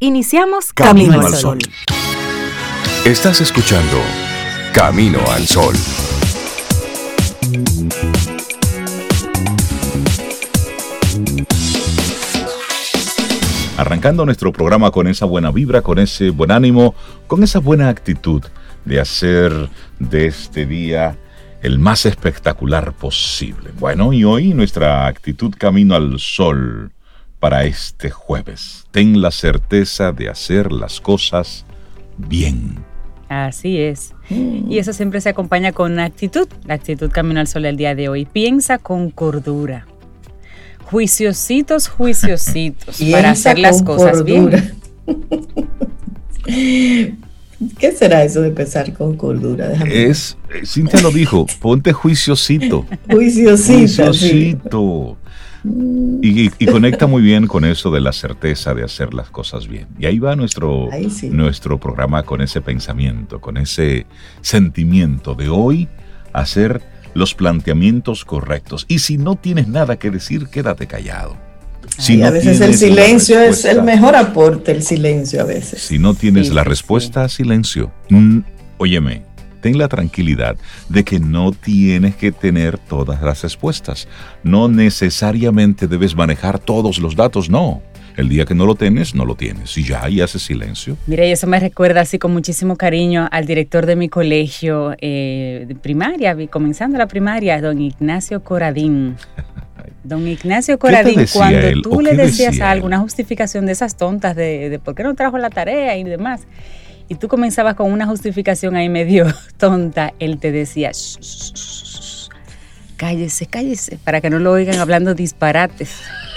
Iniciamos Camino al Sol. Estás escuchando Camino al Sol. Arrancando nuestro programa con esa buena vibra, con ese buen ánimo, con esa buena actitud de hacer de este día el más espectacular posible. Bueno, y hoy nuestra actitud Camino al Sol para este jueves. Ten la certeza de hacer las cosas bien. Así es. Y eso siempre se acompaña con una actitud. La actitud Camino al Sol del día de hoy. Piensa con cordura. Juiciositos para hacer las cosas bien. ¿Qué será eso de pensar con cordura? Cintia lo dijo, ponte juiciosito. Juiciosito. Sí. Y conecta muy bien con eso de la certeza de hacer las cosas bien. Y ahí va nuestro programa con ese pensamiento, con ese sentimiento de hoy hacer los planteamientos correctos. Y si no tienes nada que decir, quédate callado. A veces el silencio es el mejor aporte, el silencio a veces. Si no tienes la respuesta, silencio. Óyeme, ten la tranquilidad de que no tienes que tener todas las respuestas. No necesariamente debes manejar todos los datos, no. El día que no lo tienes, no lo tienes. Y ya, y haces silencio. Mira, y eso me recuerda así con muchísimo cariño al director de mi colegio de primaria, comenzando la primaria, don Ignacio Coradín. Don Ignacio Coradín, cuando tú le decías algo, una justificación de esas tontas de por qué no trajo la tarea y demás, y tú comenzabas con una justificación ahí medio tonta, él te decía, shh, cállese, para que no lo oigan hablando disparates.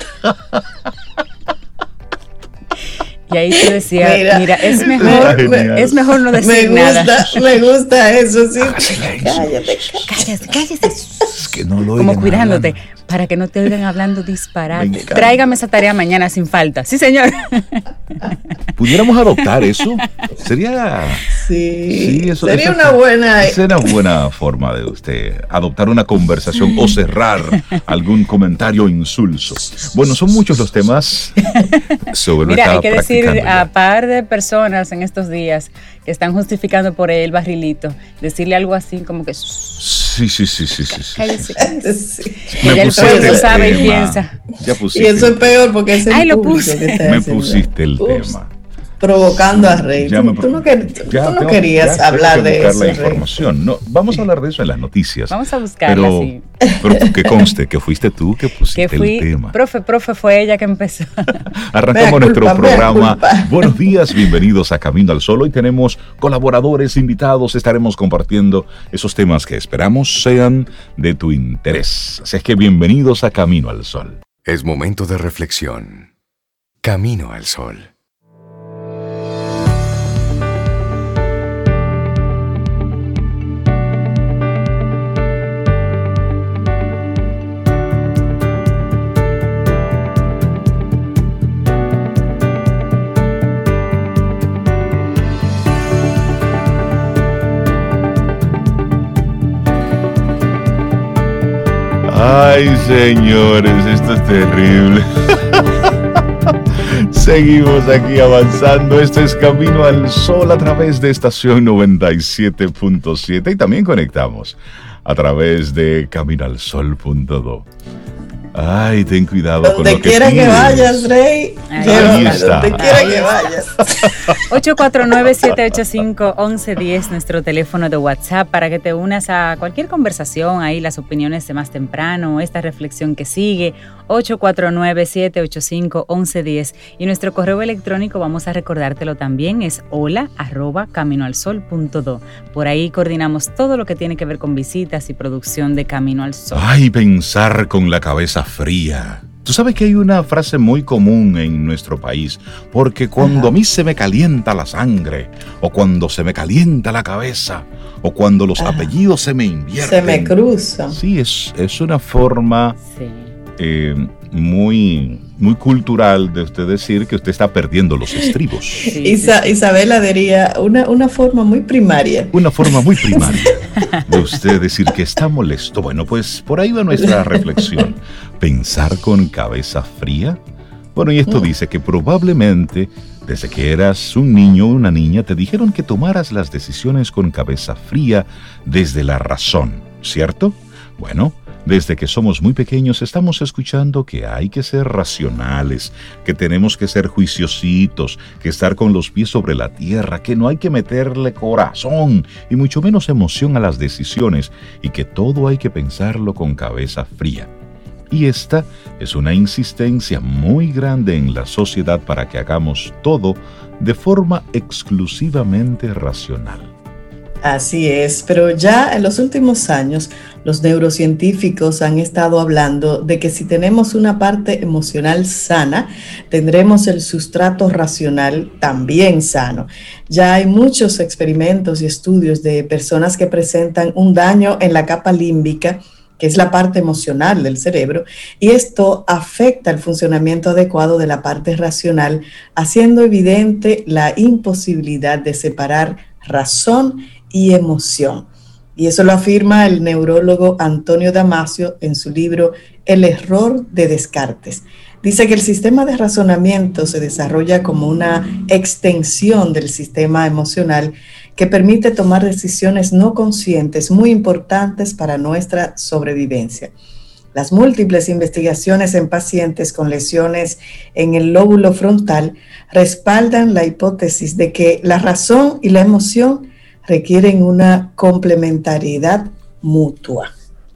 Y ahí tú decías, mira, es mejor no decir nada. Me gusta eso, sí. Cállese. Es que no lo oigan. Como cuidándote, hablando, para que no te oigan hablando disparate. Tráigame esa tarea mañana sin falta. Sí, señor. ¿Pudiéramos adoptar eso? Sería una buena forma de usted adoptar una conversación o cerrar algún comentario insulso. Bueno, son muchos los temas sobre lo que hay que decir a par de personas en estos días que están justificando por el barrilito, decirle algo así como que sí. Cállese. Ya el pueblo sabe y piensa. Y eso es peor porque es el público que está me pusiste el tema. Provocando a Rey. Tú no querías hablar de eso. La información. No, vamos a hablar de eso en las noticias. Vamos a buscarla, sí. Pero que conste que fuiste tú que pusiste el tema. Profe, fue ella que empezó. Arrancamos nuestro programa. Buenos días, bienvenidos a Camino al Sol. Hoy tenemos colaboradores, invitados. Estaremos compartiendo esos temas que esperamos sean de tu interés. Así es que bienvenidos a Camino al Sol. Es momento de reflexión. Camino al Sol. Ay, señores, esto es terrible. Seguimos aquí avanzando. Este es Camino al Sol a través de estación 97.7 y también conectamos a través de caminoalsol.do. Ay, ten cuidado con lo que pides. Donde quiera que vayas, Rey. Ahí está. Donde quiera que vayas. 849-785-1110, nuestro teléfono de WhatsApp, para que te unas a cualquier conversación, ahí las opiniones de más temprano, esta reflexión que sigue, 849-785-1110. Y nuestro correo electrónico, vamos a recordártelo también, es hola@caminoalsol.do. Por ahí coordinamos todo lo que tiene que ver con visitas y producción de Camino al Sol. Ay, pensar con la cabeza fría. Tú sabes que hay una frase muy común en nuestro país, porque cuando a mí se me calienta la sangre, o cuando se me calienta la cabeza, o cuando los apellidos se me invierten. Se me cruzan. Sí, es una forma muy cultural de usted decir que usted está perdiendo los estribos. Sí, Isabela diría una forma muy primaria. Una forma muy primaria de usted decir que está molesto. Bueno, pues por ahí va nuestra reflexión. Pensar con cabeza fría. Bueno, y esto dice que probablemente Desde que eras un niño o una niña te dijeron que tomaras las decisiones con cabeza fría desde la razón, ¿cierto? Bueno, desde que somos muy pequeños estamos escuchando que hay que ser racionales, que tenemos que ser juiciositos, que estar con los pies sobre la tierra, que no hay que meterle corazón y mucho menos emoción a las decisiones y que todo hay que pensarlo con cabeza fría. Y esta es una insistencia muy grande en la sociedad para que hagamos todo de forma exclusivamente racional. Así es, pero ya en los últimos años los neurocientíficos han estado hablando de que si tenemos una parte emocional sana, tendremos el sustrato racional también sano. Ya hay muchos experimentos y estudios de personas que presentan un daño en la capa límbica, que es la parte emocional del cerebro, y esto afecta el funcionamiento adecuado de la parte racional, haciendo evidente la imposibilidad de separar razón y emoción. Y eso lo afirma el neurólogo Antonio Damasio en su libro El error de Descartes. Dice que el sistema de razonamiento se desarrolla como una extensión del sistema emocional que permite tomar decisiones no conscientes muy importantes para nuestra sobrevivencia. Las múltiples investigaciones en pacientes con lesiones en el lóbulo frontal respaldan la hipótesis de que la razón y la emoción requieren una complementariedad mutua.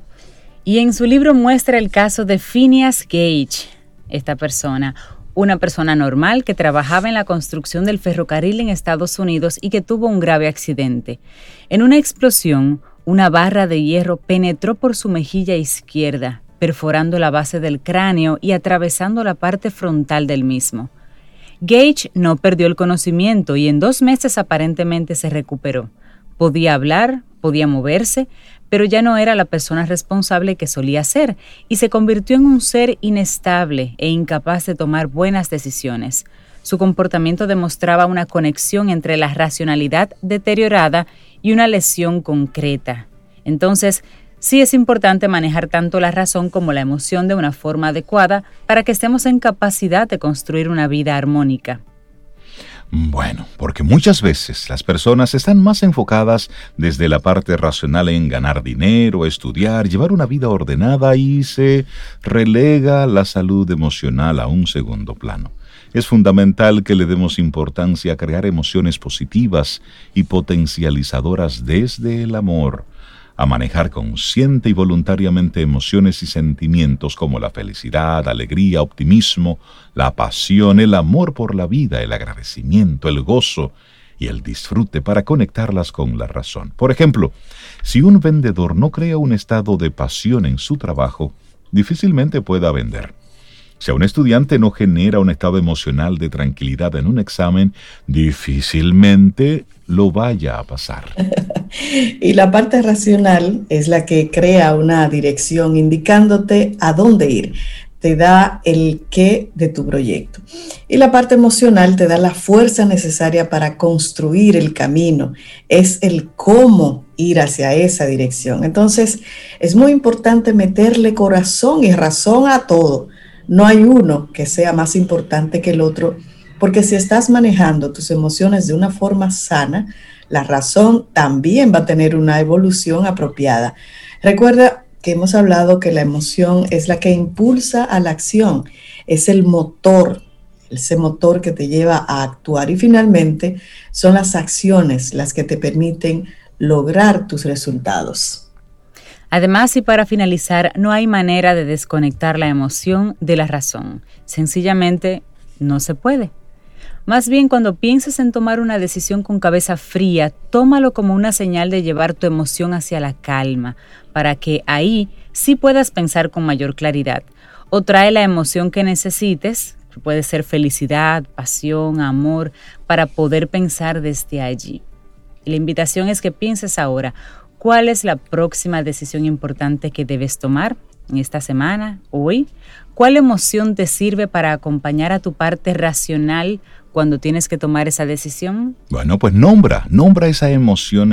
Y en su libro muestra el caso de Phineas Gage, esta persona, una persona normal que trabajaba en la construcción del ferrocarril en Estados Unidos y que tuvo un grave accidente. En una explosión, una barra de hierro penetró por su mejilla izquierda, perforando la base del cráneo y atravesando la parte frontal del mismo. Gage no perdió el conocimiento y en 2 meses aparentemente se recuperó. Podía hablar, podía moverse, pero ya no era la persona responsable que solía ser y se convirtió en un ser inestable e incapaz de tomar buenas decisiones. Su comportamiento demostraba una conexión entre la racionalidad deteriorada y una lesión concreta. Entonces, sí es importante manejar tanto la razón como la emoción de una forma adecuada para que estemos en capacidad de construir una vida armónica. Bueno, porque muchas veces las personas están más enfocadas desde la parte racional en ganar dinero, estudiar, llevar una vida ordenada y se relega la salud emocional a un segundo plano. Es fundamental que le demos importancia a crear emociones positivas y potencializadoras desde el amor, a manejar consciente y voluntariamente emociones y sentimientos como la felicidad, alegría, optimismo, la pasión, el amor por la vida, el agradecimiento, el gozo y el disfrute para conectarlas con la razón. Por ejemplo, si un vendedor no crea un estado de pasión en su trabajo, difícilmente pueda vender. Si a un estudiante no genera un estado emocional de tranquilidad en un examen, difícilmente lo vaya a pasar. Y la parte racional es la que crea una dirección indicándote a dónde ir. Te da el qué de tu proyecto. Y la parte emocional te da la fuerza necesaria para construir el camino. Es el cómo ir hacia esa dirección. Entonces, es muy importante meterle corazón y razón a todo. No hay uno que sea más importante que el otro, porque si estás manejando tus emociones de una forma sana, la razón también va a tener una evolución apropiada. Recuerda que hemos hablado que la emoción es la que impulsa a la acción, es el motor, ese motor que te lleva a actuar y finalmente son las acciones las que te permiten lograr tus resultados. Además, y para finalizar, no hay manera de desconectar la emoción de la razón. Sencillamente, no se puede. Más bien, cuando pienses en tomar una decisión con cabeza fría, tómalo como una señal de llevar tu emoción hacia la calma, para que ahí sí puedas pensar con mayor claridad. O trae la emoción que necesites, que puede ser felicidad, pasión, amor, para poder pensar desde allí. Y la invitación es que pienses ahora, ¿cuál es la próxima decisión importante que debes tomar en esta semana, hoy? ¿Cuál emoción te sirve para acompañar a tu parte racional cuando tienes que tomar esa decisión? Bueno, pues nombra esa emoción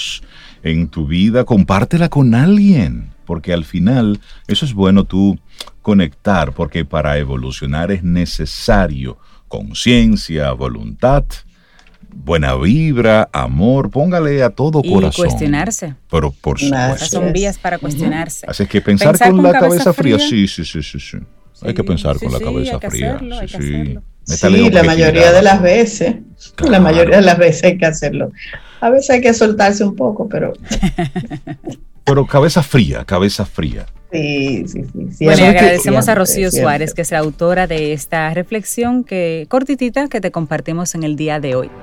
en tu vida, compártela con alguien, porque al final eso es bueno tú conectar, porque para evolucionar es necesario conciencia, voluntad, buena vibra, amor, póngale a todo corazón. Y cuestionarse. Pero por supuesto. Esas son vías para cuestionarse. Así que pensar con la cabeza fría, sí. Hay que pensar con la cabeza fría. Sí, la mayoría de las veces. Claro. La mayoría de las veces hay que hacerlo. A veces hay que soltarse un poco, pero... Pero cabeza fría. Sí. Bueno, y agradecemos a Rocío Suárez, que es la autora de esta reflexión cortitita que te compartimos en el día de hoy.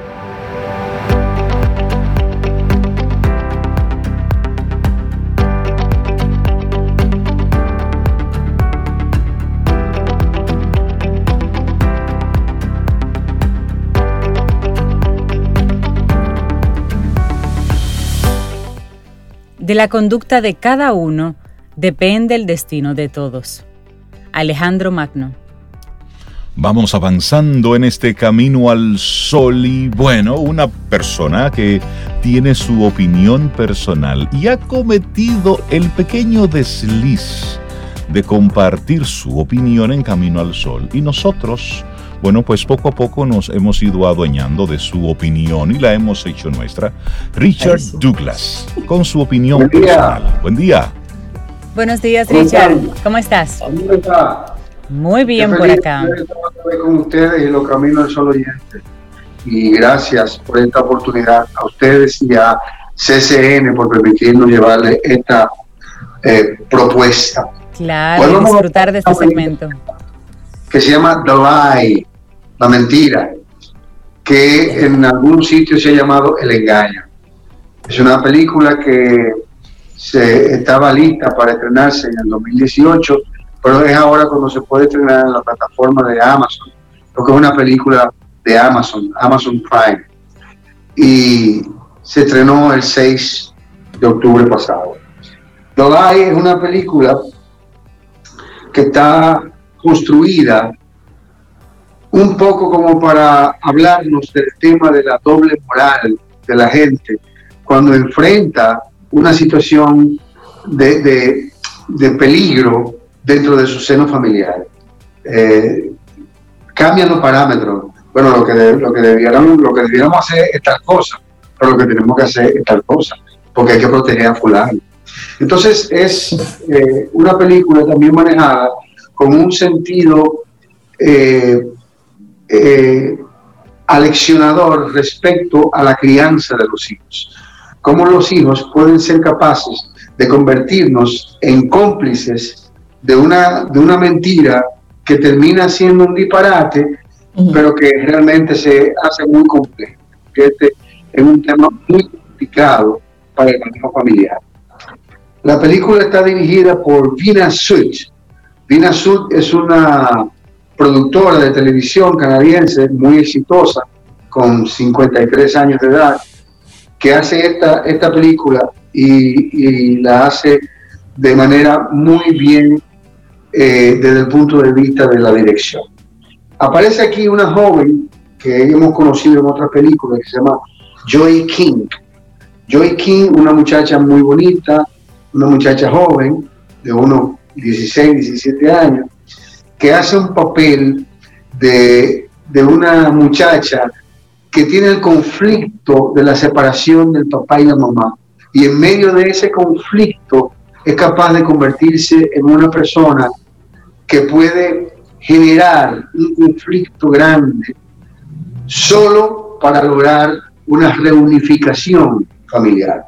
De la conducta de cada uno depende el destino de todos. Alejandro Magno. Vamos avanzando en este camino al sol y bueno, una persona que tiene su opinión personal y ha cometido el pequeño desliz de compartir su opinión en Camino al Sol. Y nosotros, bueno, pues poco a poco nos hemos ido adueñando de su opinión y la hemos hecho nuestra. Richard Douglas, con su opinión personal. Buen día. Buenos días, Richard. ¿Cómo estás? ¿Cómo está? Muy bien por acá. Con ustedes y los Caminos del Sol oyentes. Y gracias por esta oportunidad a ustedes y a CCN por permitirnos llevarle esta propuesta. Claro, disfrutar de este segmento. Que se llama The Lie, la mentira, que en algún sitio se ha llamado El Engaño. Es una película que estaba lista para estrenarse en el 2018, pero es ahora cuando se puede estrenar en la plataforma de Amazon, porque es una película de Amazon Prime, y se estrenó el 6 de octubre pasado. The Lie es una película que está construida un poco como para hablarnos del tema de la doble moral de la gente cuando enfrenta una situación de peligro dentro de su seno familiar. Cambian los parámetros. Bueno, lo que debiéramos hacer es tal cosa, pero lo que tenemos que hacer es tal cosa, porque hay que proteger a fulano. Entonces es una película también manejada con un sentido aleccionador respecto a la crianza de los hijos. Cómo los hijos pueden ser capaces de convertirnos en cómplices de una mentira que termina siendo un disparate, pero que realmente se hace muy complejo. Que este es un tema muy complicado para el manejo familiar. La película está dirigida por Veena Sud. Veena Sud es una productora de televisión canadiense muy exitosa, con 53 años de edad, que hace esta película y la hace de manera muy bien desde el punto de vista de la dirección. Aparece aquí una joven que hemos conocido en otras películas que se llama Joy King. Joy King, una muchacha muy bonita, una muchacha joven de unos 16, 17 años, que hace un papel de una muchacha que tiene el conflicto de la separación del papá y la mamá, y en medio de ese conflicto es capaz de convertirse en una persona que puede generar un conflicto grande solo para lograr una reunificación familiar.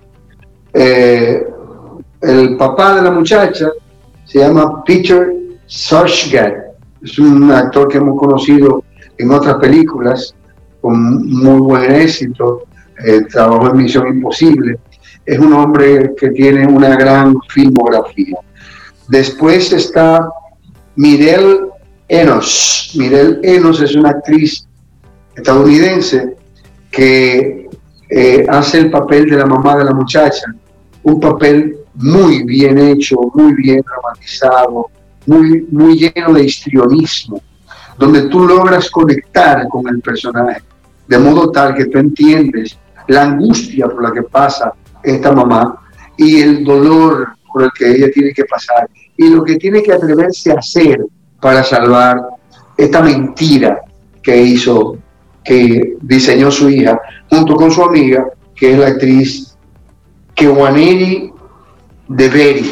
El papá de la muchacha se llama Peter Sarsgaard, es un actor que hemos conocido en otras películas con muy buen éxito, trabajó en Misión Imposible, es un hombre que tiene una gran filmografía. Después está Mireille Enos. Mireille Enos es una actriz estadounidense que hace el papel de la mamá de la muchacha, un papel muy bien hecho, muy bien dramatizado, muy lleno de histrionismo, donde tú logras conectar con el personaje, de modo tal que tú entiendes la angustia por la que pasa esta mamá y el dolor por el que ella tiene que pasar y lo que tiene que atreverse a hacer para salvar esta mentira que diseñó su hija, junto con su amiga, que es la actriz Kewanini Deveri.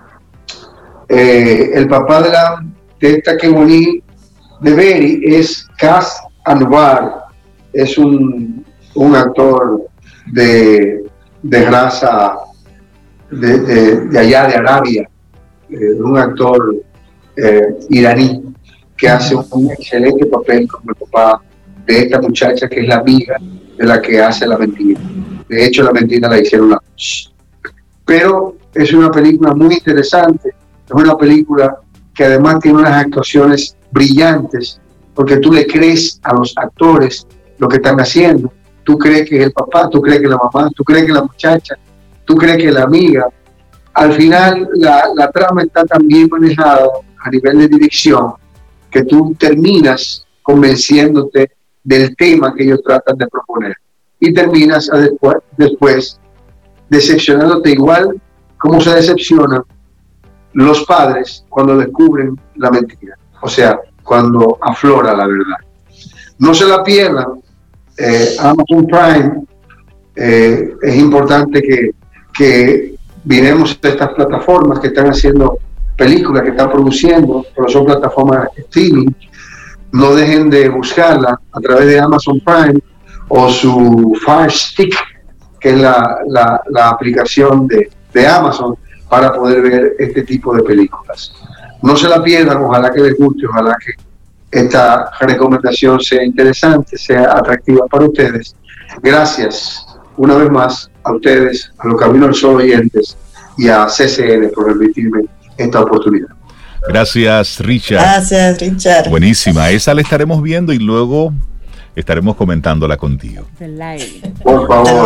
El papá de esta Kewanini Deveri es Kaz Anwar, es un actor de raza de allá de Arabia, un actor iraní que hace un excelente papel como el papá de esta muchacha que es la amiga de la que hace la mentira. De hecho, la mentira la hicieron las dos. Pero es una película muy interesante, es una película que además tiene unas actuaciones brillantes, porque tú le crees a los actores lo que están haciendo. Tú crees que es el papá, tú crees que es la mamá, tú crees que es la muchacha, tú crees que es la amiga. Al final, la trama está tan bien manejada a nivel de dirección que tú terminas convenciéndote del tema que ellos tratan de proponer y terminas después decepcionándote igual como se decepcionan los padres cuando descubren la mentira, o sea, cuando aflora la verdad. No se la pierdan. Amazon Prime, es importante que miremos estas plataformas que están haciendo películas, que están produciendo, pero son plataformas de streaming. No dejen de buscarla a través de Amazon Prime o su Fire Stick, que es la aplicación de Amazon, para poder ver este tipo de películas. No se la pierdan, ojalá que les guste, ojalá que esta recomendación sea interesante, sea atractiva para ustedes. Gracias una vez más a ustedes, a los Camino al Sol oyentes y a CCN por permitirme esta oportunidad. Gracias, Richard. Gracias, Richard. Buenísima, esa la estaremos viendo y luego estaremos comentándola contigo. Por favor.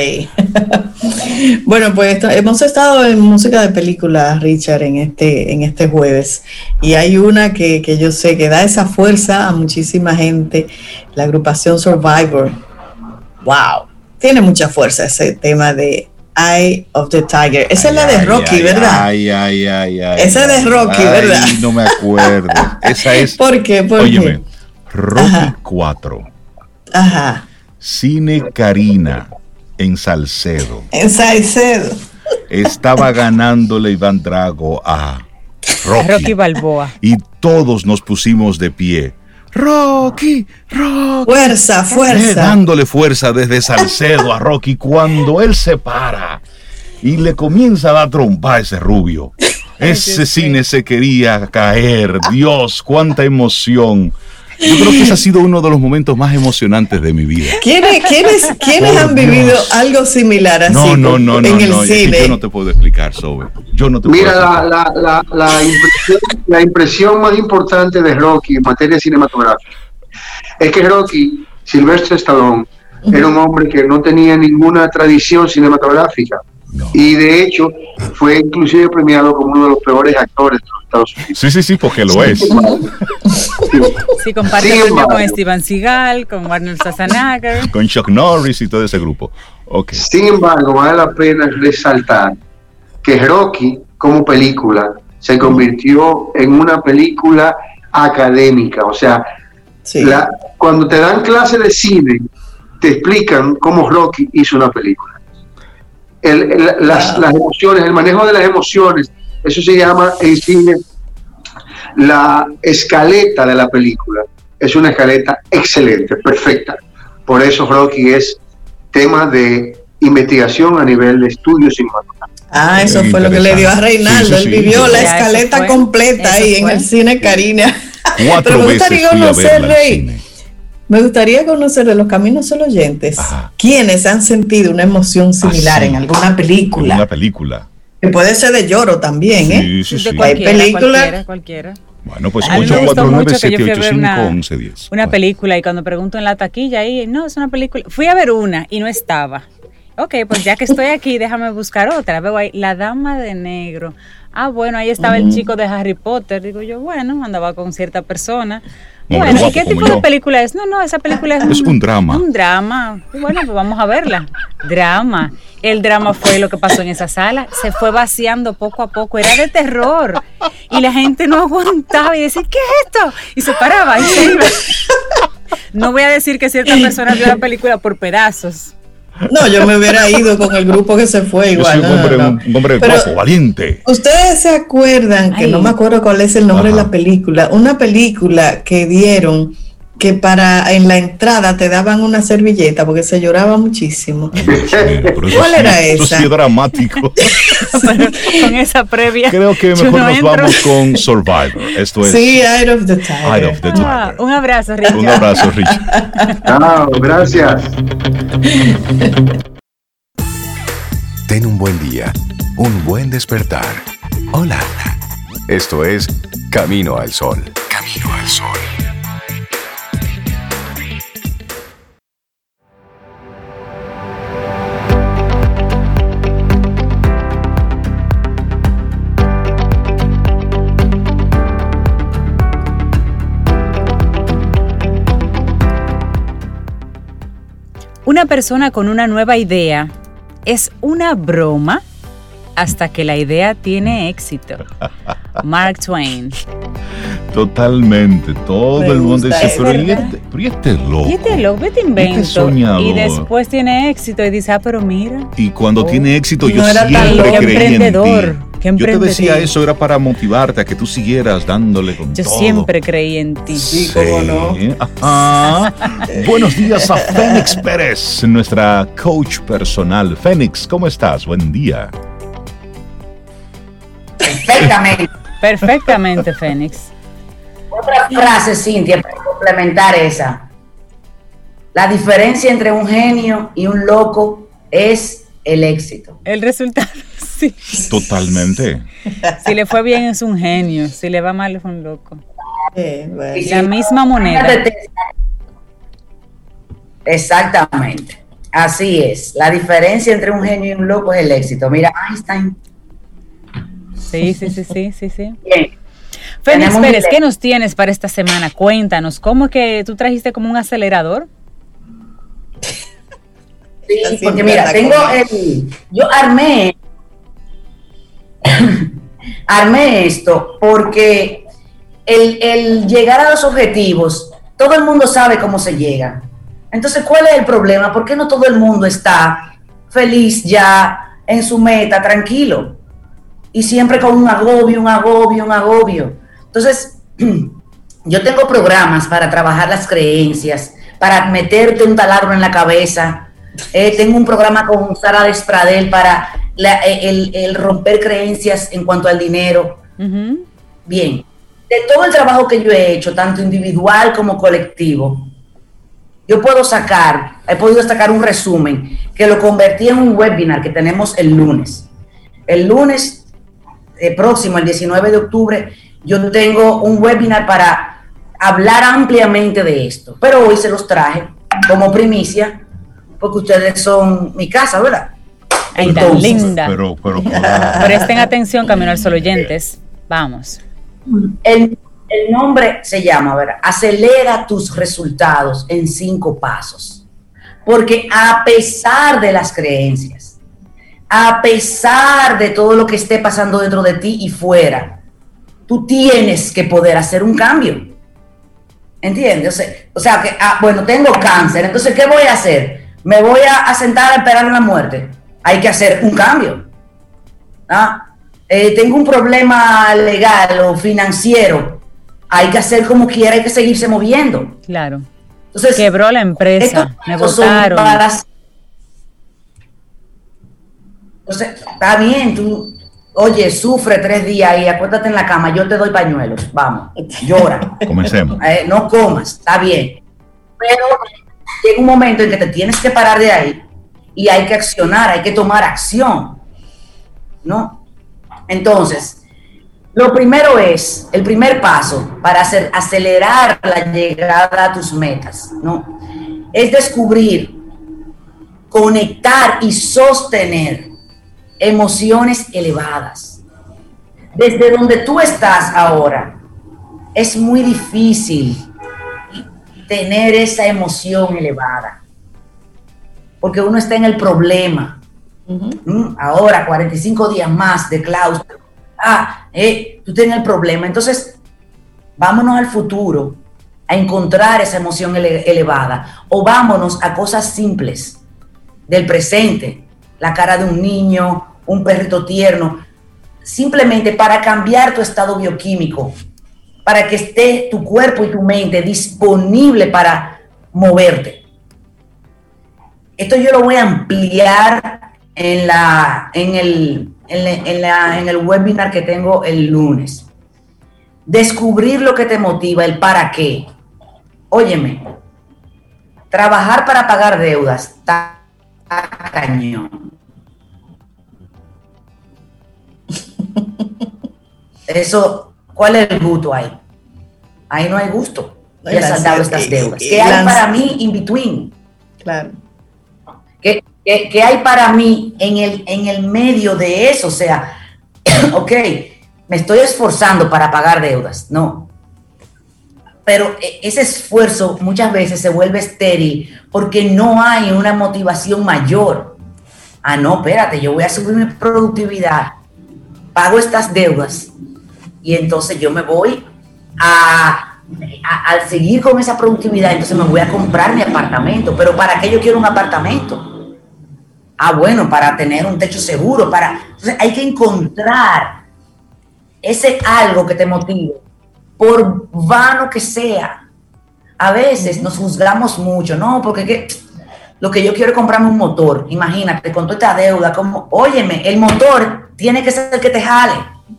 Bueno, pues hemos estado en música de películas, Richard, en este jueves, y hay una que yo sé que da esa fuerza a muchísima gente, la agrupación Survivor. Wow, tiene mucha fuerza ese tema de Eye of the Tiger. Esa es la de Rocky, ¿verdad? Esa es de Rocky, ¿verdad? No me acuerdo. Esa es. ¿Por qué? Óyeme, Rocky 4. Ajá. Cine Karina en Salcedo. En Salcedo. Estaba ganándole Iván Drago a Rocky Balboa. Y todos nos pusimos de pie. Rocky. Fuerza. Dándole fuerza desde Salcedo a Rocky cuando él se para y le comienza a dar trompa a ese rubio. Ese cine se quería caer. Dios, cuánta emoción. Yo creo que ese ha sido uno de los momentos más emocionantes de mi vida. ¿Quiénes han vivido algo similar así no, en el cine? Yo no te puedo explicar, Sobe. Mira, la impresión más importante de Rocky en materia cinematográfica es que Rocky, Sylvester Stallone, era un hombre que no tenía ninguna tradición cinematográfica. No. Y de hecho fue inclusive premiado como uno de los peores actores de los Estados Unidos. Sí, porque lo es. Sí, comparte con Steven Seagal, con Arnold Schwarzenegger, con Chuck Norris y todo ese grupo. Okay. Sin embargo, vale la pena resaltar que Rocky como película se convirtió en una película académica. O sea, cuando te dan clase de cine, te explican cómo Rocky hizo una película. Las emociones, el manejo de las emociones, eso se llama en cine la escaleta de la película. Es una escaleta excelente, perfecta. Por eso Rocky es tema de investigación a nivel de estudio cinematográfico. Eso fue lo que le dio a Reinaldo. Él vivió la escaleta completa ahí en el cine Karina. 4 veces fui a verla al cine. Me gustaría conocer de los Caminos Solo oyentes quiénes han sentido una emoción similar en alguna película. Una película. Que puede ser de lloro también, Sí. Hay películas. Cualquiera. Bueno, pues 849-785-1110. Una película, y cuando pregunto en la taquilla, ahí, no, es una película. Fui a ver una y no estaba. Ok, pues ya que estoy aquí, déjame buscar otra. Veo ahí, La Dama de Negro. Bueno, ahí estaba el chico de Harry Potter. Digo yo, bueno, andaba con cierta persona. Bueno, ¿y qué tipo de película es? No, esa película es un drama. Un drama. Bueno, pues vamos a verla. Drama. El drama fue lo que pasó en esa sala. Se fue vaciando poco a poco. Era de terror. Y la gente no aguantaba y decía, ¿qué es esto? Y se paraba y se iba. No voy a decir que cierta persona vio la película por pedazos. No, yo me hubiera ido con el grupo que se fue igual. Yo soy un hombre guapo, valiente. Ustedes se acuerdan, que no me acuerdo cuál es el nombre de la película, una película que dieron que en la entrada te daban una servilleta porque se lloraba muchísimo. ¿Cuál era esa? Eso sí es dramático. Pero con esa previa. Creo que mejor nos vamos con Survivor. Esto es. Sí, Eye of the Tiger. Eye of the Tiger. Un abrazo, Richard. Un abrazo, Richard. Chao, gracias. Ten un buen día, un buen despertar. Hola. Esto es Camino al Sol. Camino al Sol. Una persona con una nueva idea es una broma hasta que la idea tiene éxito. Mark Twain. Totalmente. Todo el mundo dice, pero este loco. Y este loco, este invento. Y después tiene éxito y dice, pero mira. Y cuando tiene éxito, yo siempre creí en ti. Yo te decía eso, era para motivarte a que tú siguieras dándole con todo. Yo siempre creí en ti. Sí, cómo no. Ajá. Buenos días a Fénix Pérez, nuestra coach personal. Fénix, ¿cómo estás? Buen día. Perfectamente, Fénix. Otra frase, Cintia, para complementar esa. La diferencia entre un genio y un loco es el éxito. El resultado, sí. Totalmente. Si le fue bien es un genio, si le va mal es un loco. Bueno. La misma moneda. Exactamente. Así es. La diferencia entre un genio y un loco es el éxito. Mira, Einstein. Sí. Bien. Fénix Pérez, ¿qué nos tienes para esta semana? Cuéntanos, ¿cómo es que tú trajiste como un acelerador? Sí, porque mira, yo armé esto porque el llegar a los objetivos, todo el mundo sabe cómo se llega. Entonces, ¿cuál es el problema? ¿Por qué no todo el mundo está feliz ya en su meta, tranquilo? Y siempre con un agobio. Entonces, yo tengo programas para trabajar las creencias, para meterte un taladro en la cabeza. Tengo un programa con Sara Despradel para el romper creencias en cuanto al dinero. Uh-huh. Bien, de todo el trabajo que yo he hecho, tanto individual como colectivo, he podido sacar un resumen que lo convertí en un webinar que tenemos el lunes. El lunes próximo, el 19 de octubre, yo tengo un webinar para hablar ampliamente de esto. Pero hoy se los traje como primicia, porque ustedes son mi casa, ¿verdad? Ay, tan linda. Pero Presten atención, Camino al Sol oyentes. Vamos. El nombre se llama, ¿verdad? Acelera tus resultados en 5 pasos. Porque a pesar de las creencias, a pesar de todo lo que esté pasando dentro de ti y fuera, tú tienes que poder hacer un cambio. ¿Entiendes? O sea que, bueno, tengo cáncer, entonces, ¿qué voy a hacer? ¿Me voy a sentar a esperar la muerte? Hay que hacer un cambio. Tengo un problema legal o financiero. Hay que hacer como quiera, hay que seguirse moviendo. Claro. Entonces, quebró la empresa, me botaron. Entonces, está bien, tú, oye, sufre 3 días y acuéstate en la cama, yo te doy pañuelos, vamos, llora. Comencemos. No comas, está bien. Pero llega un momento en que te tienes que parar de ahí y hay que accionar, hay que tomar acción, ¿no? Entonces, lo primero es, el primer paso para acelerar la llegada a tus metas, ¿no? Es descubrir, conectar y sostener emociones elevadas. Desde donde tú estás ahora, es muy difícil tener esa emoción elevada, porque uno está en el problema. Ahora 45 días más de claustro, tú estás en el problema. Entonces vámonos al futuro a encontrar esa emoción elevada, o vámonos a cosas simples del presente, la cara de un niño, un perrito tierno, simplemente para cambiar tu estado bioquímico, para que esté tu cuerpo y tu mente disponible para moverte. Esto yo lo voy a ampliar en el webinar que tengo el lunes. Descubrir lo que te motiva, el para qué. Óyeme, trabajar para pagar deudas está cañón. Eso, ¿cuál es el gusto ahí? Ahí no hay gusto. Ya he saldado estas deudas. ¿Qué hay para mí in between? Claro. ¿Qué hay para mí en el medio de eso? O sea, ok, me estoy esforzando para pagar deudas, no. Pero ese esfuerzo muchas veces se vuelve estéril porque no hay una motivación mayor. No, espérate, yo voy a subir mi productividad, pago estas deudas y entonces yo me voy al seguir con esa productividad, entonces me voy a comprar mi apartamento. ¿Pero para qué yo quiero un apartamento? Bueno, para tener un techo seguro, entonces hay que encontrar ese algo que te motive, por vano que sea. A veces nos juzgamos mucho, no, porque lo que yo quiero es comprarme un motor. Imagínate, con toda esta deuda, óyeme, el motor tiene que ser el que te jale.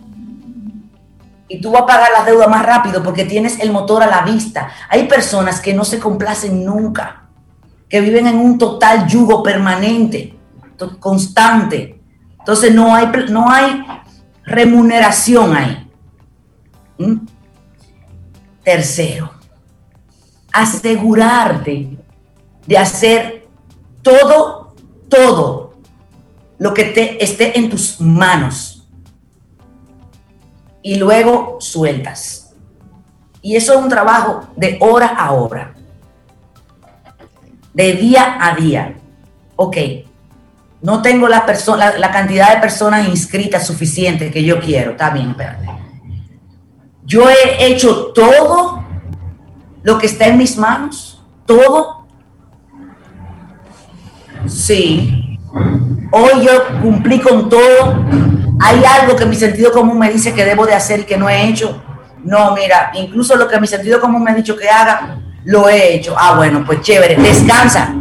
Y tú vas a pagar las deudas más rápido porque tienes el motor a la vista. Hay personas que no se complacen nunca, que viven en un total yugo permanente, constante. Entonces no hay remuneración ahí. Tercero, asegurarte de hacer todo lo que esté en tus manos y luego sueltas. Y eso es un trabajo de hora a hora, de día a día. Ok, no tengo la cantidad de personas inscritas suficiente que yo quiero. Está bien, espérate. Yo he hecho todo lo que está en mis manos. ¿Todo? Sí. Hoy yo cumplí con todo. ¿Hay algo que mi sentido común me dice que debo de hacer y que no he hecho? No, mira, incluso lo que mi sentido común me ha dicho que haga, lo he hecho. Bueno, pues chévere, descansa,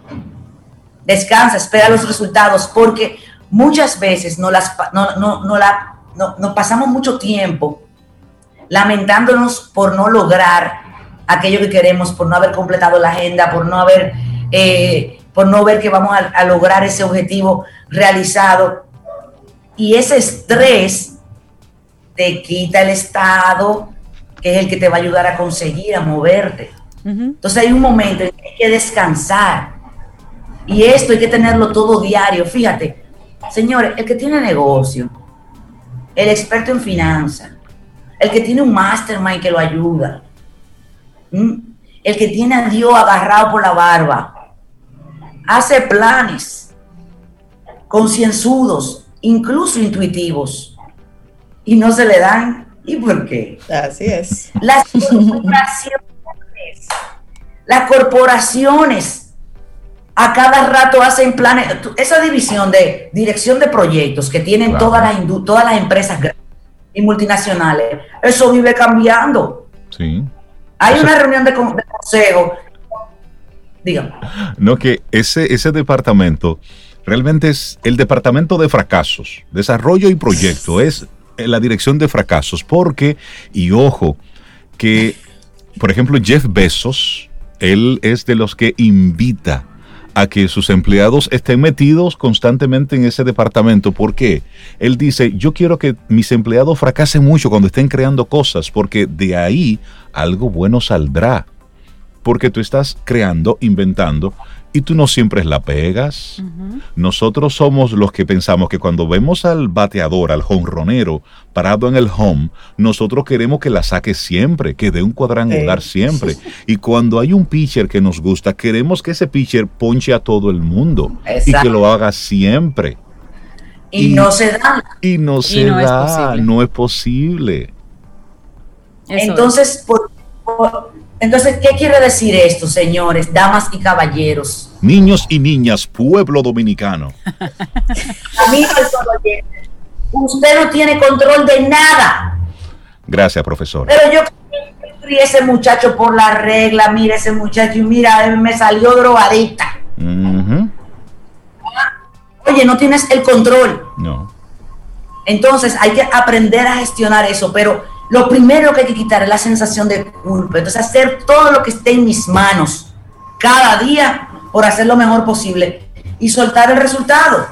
espera los resultados, porque muchas veces nos pasamos mucho tiempo lamentándonos por no lograr aquello que queremos, por no haber completado la agenda, por no ver que vamos a lograr ese objetivo realizado. Y ese estrés te quita el estado, que es el que te va a ayudar a conseguir, a moverte. Entonces hay un momento en que hay que descansar. Y esto hay que tenerlo todo diario. Fíjate, señores, el que tiene negocio, el experto en finanzas, el que tiene un mastermind que lo ayuda, el que tiene a Dios agarrado por la barba, hace planes concienzudos, incluso intuitivos, y no se le dan. ¿Y por qué? Así es. Las corporaciones a cada rato hacen planes. Esa división de dirección de proyectos que tienen todas las empresas y multinacionales, eso vive cambiando. Sí. Hay una reunión de consejo. Dígame. No, que ese departamento realmente es el departamento de fracasos, desarrollo y proyecto, es la dirección de fracasos, porque, y ojo, que, por ejemplo, Jeff Bezos, él es de los que invita a que sus empleados estén metidos constantemente en ese departamento. ¿Por qué? Él dice, yo quiero que mis empleados fracasen mucho cuando estén creando cosas, porque de ahí algo bueno saldrá. Porque tú estás creando, inventando, y tú no siempre la pegas. Nosotros somos los que pensamos que cuando vemos al bateador, al jonronero, parado en el home, nosotros queremos que la saque siempre, que dé un cuadrangular siempre. Y cuando hay un pitcher que nos gusta, queremos que ese pitcher ponche a todo el mundo. Exacto. Y que lo haga siempre. Y no se da. Y no se da, no es posible. Entonces, entonces, ¿qué quiere decir esto, señores, damas y caballeros? Niños y niñas, pueblo dominicano. Amigos, usted no tiene control de nada. Gracias, profesor. Pero yo crié ese muchacho por la regla, mira ese muchacho, y mira, me salió drogadicta. Oye, no tienes el control. No. Entonces, hay que aprender a gestionar eso, pero lo primero que hay que quitar es la sensación de culpa. Entonces, hacer todo lo que esté en mis manos cada día por hacer lo mejor posible y soltar el resultado.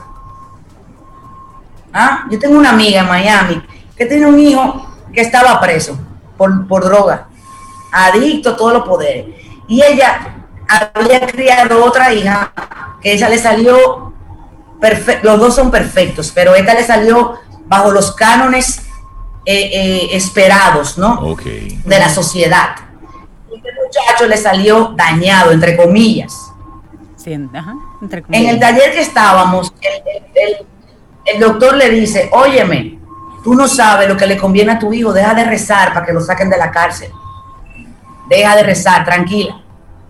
Yo tengo una amiga en Miami que tiene un hijo que estaba preso por droga, adicto a todos los poderes. Y ella había criado otra hija que ella le salió perfecto. Los dos son perfectos, pero esta le salió bajo los cánones esperados, ¿no? Okay. De la sociedad. Este muchacho le salió dañado, entre comillas. Sí, entre comillas. En el taller que estábamos, el doctor le dice, óyeme, tú no sabes lo que le conviene a tu hijo, deja de rezar para que lo saquen de la cárcel. Deja de rezar, tranquila.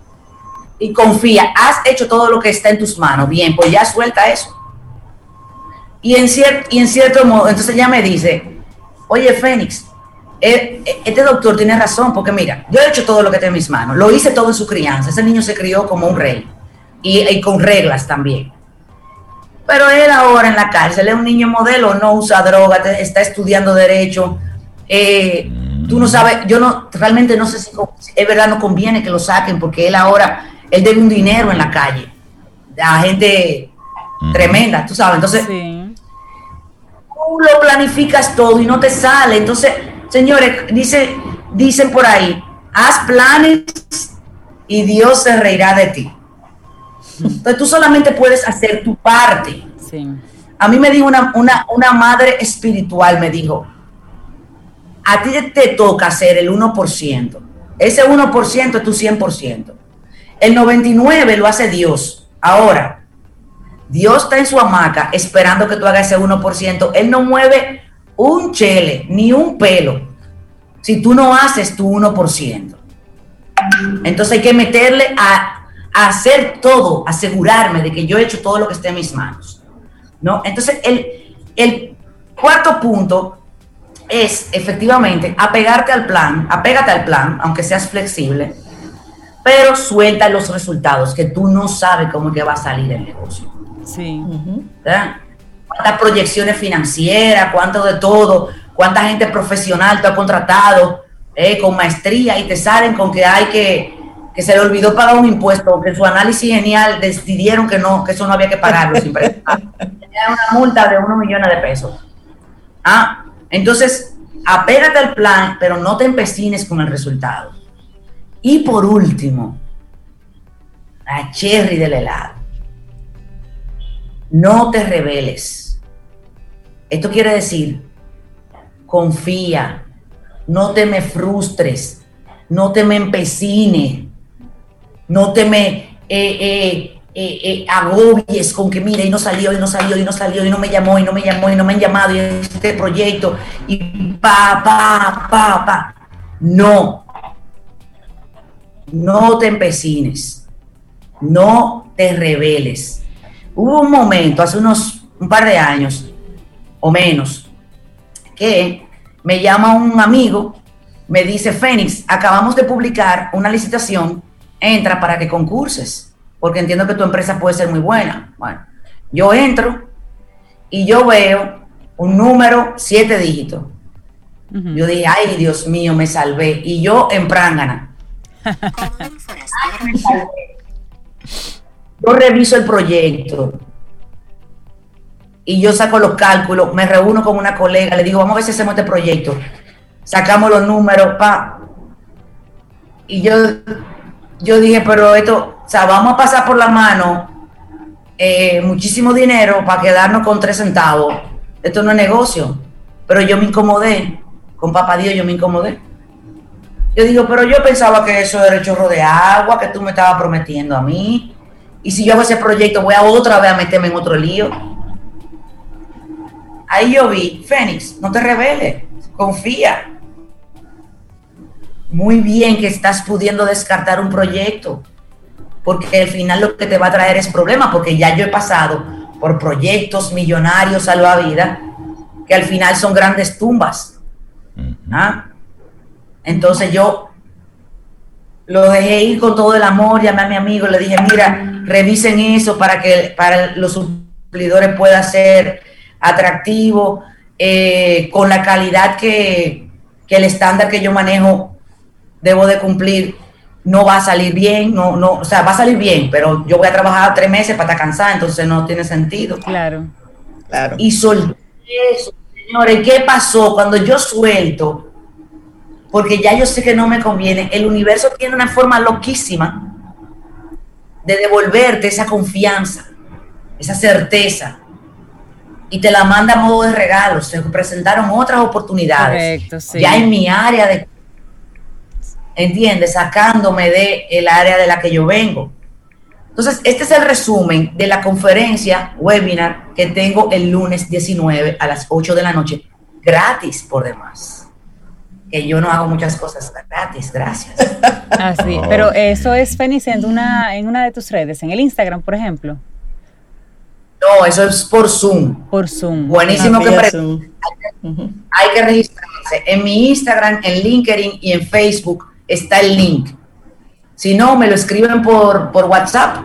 Y confía, has hecho todo lo que está en tus manos. Bien, pues ya suelta eso. Y en cierto modo, entonces ella me dice, oye, Fénix, este doctor tiene razón, porque mira, yo he hecho todo lo que está en mis manos, lo hice todo en su crianza, ese niño se crió como un rey, y con reglas también. Pero él ahora en la cárcel es un niño modelo, no usa droga, está estudiando derecho, tú no sabes, realmente no sé si es verdad, no conviene que lo saquen, porque él debe un dinero en la calle, a gente tremenda, tú sabes, entonces... Sí. Lo planificas todo y no te sale. Entonces, señores, dicen por ahí, haz planes y Dios se reirá de ti. Entonces tú solamente puedes hacer tu parte. Sí. A mí me dijo una madre espiritual, me dijo, a ti te toca hacer el 1%. Ese 1% es tu 100%. El 99% lo hace Dios. Ahora, Dios está en su hamaca esperando que tú hagas ese 1%. Él no mueve un chele, ni un pelo, si tú no haces tu 1%. Entonces hay que meterle a hacer todo, asegurarme de que yo he hecho todo lo que esté en mis manos, ¿no? Entonces el cuarto punto es efectivamente apégate al plan, aunque seas flexible, pero suelta los resultados, que tú no sabes cómo es que va a salir el negocio. Sí. ¿Verdad? Cuántas proyecciones financieras, cuánto de todo, cuánta gente profesional te ha contratado con maestría y te salen con que hay que se le olvidó pagar un impuesto, que su análisis genial decidieron que eso no había que pagarlo sin presentar. Tenía una multa de 1 millón de pesos. Entonces, apégate al plan, pero no te empecines con el resultado. Y por último, la cherry del helado. No te rebeles. Esto quiere decir, confía, no te me frustres, no te me empecines, no te me agobies con que mira, y no salió, y no salió, y no salió, y no me llamó, y no me llamó, y no me han llamado, y este proyecto, y pa. No te empecines, no te rebeles. Hubo un momento, hace un par de años o menos, que me llama un amigo, me dice, Fénix, acabamos de publicar una licitación, entra para que concurses, porque entiendo que tu empresa puede ser muy buena. Bueno, yo entro y yo veo un número 7 dígitos. Yo dije, ay, Dios mío, me salvé. Y yo en prángana. Me salvé. Yo reviso el proyecto y yo saco los cálculos, me reúno con una colega, le digo, vamos a ver si hacemos este proyecto. Sacamos los números, y yo dije, pero esto, sea, vamos a pasar por la mano muchísimo dinero para quedarnos con 3 centavos. Esto no es negocio. Pero yo me incomodé. Con papá Dios yo me incomodé. Yo digo, pero yo pensaba que eso era el chorro de agua que tú me estabas prometiendo a mí. Y si yo hago ese proyecto, voy a otra vez a meterme en otro lío. Ahí yo vi, Fénix, no te rebeles, confía. Muy bien que estás pudiendo descartar un proyecto, porque al final lo que te va a traer es problemas, porque ya yo he pasado por proyectos millonarios salvavidas que al final son grandes tumbas. ¿Ah? Entonces yo lo dejé ir con todo el amor, llamé a mi amigo, le dije, mira, revisen eso para que para los suplidores pueda ser atractivo, con la calidad que el estándar que yo manejo debo de cumplir. No va a salir bien, o sea, va a salir bien, pero yo voy a trabajar 3 meses para estar cansada, entonces no tiene sentido. Claro. Y solté eso, señores. ¿Qué pasó? Cuando yo suelto, porque ya yo sé que no me conviene, el universo tiene una forma loquísima de devolverte esa confianza, esa certeza, y te la manda a modo de regalo. Se presentaron otras oportunidades. Correcto, sí. Ya en mi área de, ¿entiendes? Sacándome de el área de la que yo vengo. Entonces, este es el resumen de la conferencia webinar que tengo el lunes 19 a las 8 de la noche, gratis por demás. Que yo no hago muchas cosas gratis, gracias. Así, pero eso es, Fénix, en una de tus redes, en el Instagram, por ejemplo. No, eso es por Zoom. Por Zoom. Buenísimo que hay que registrarse. En mi Instagram, en LinkedIn y en Facebook está el link. Si no, me lo escriben por WhatsApp,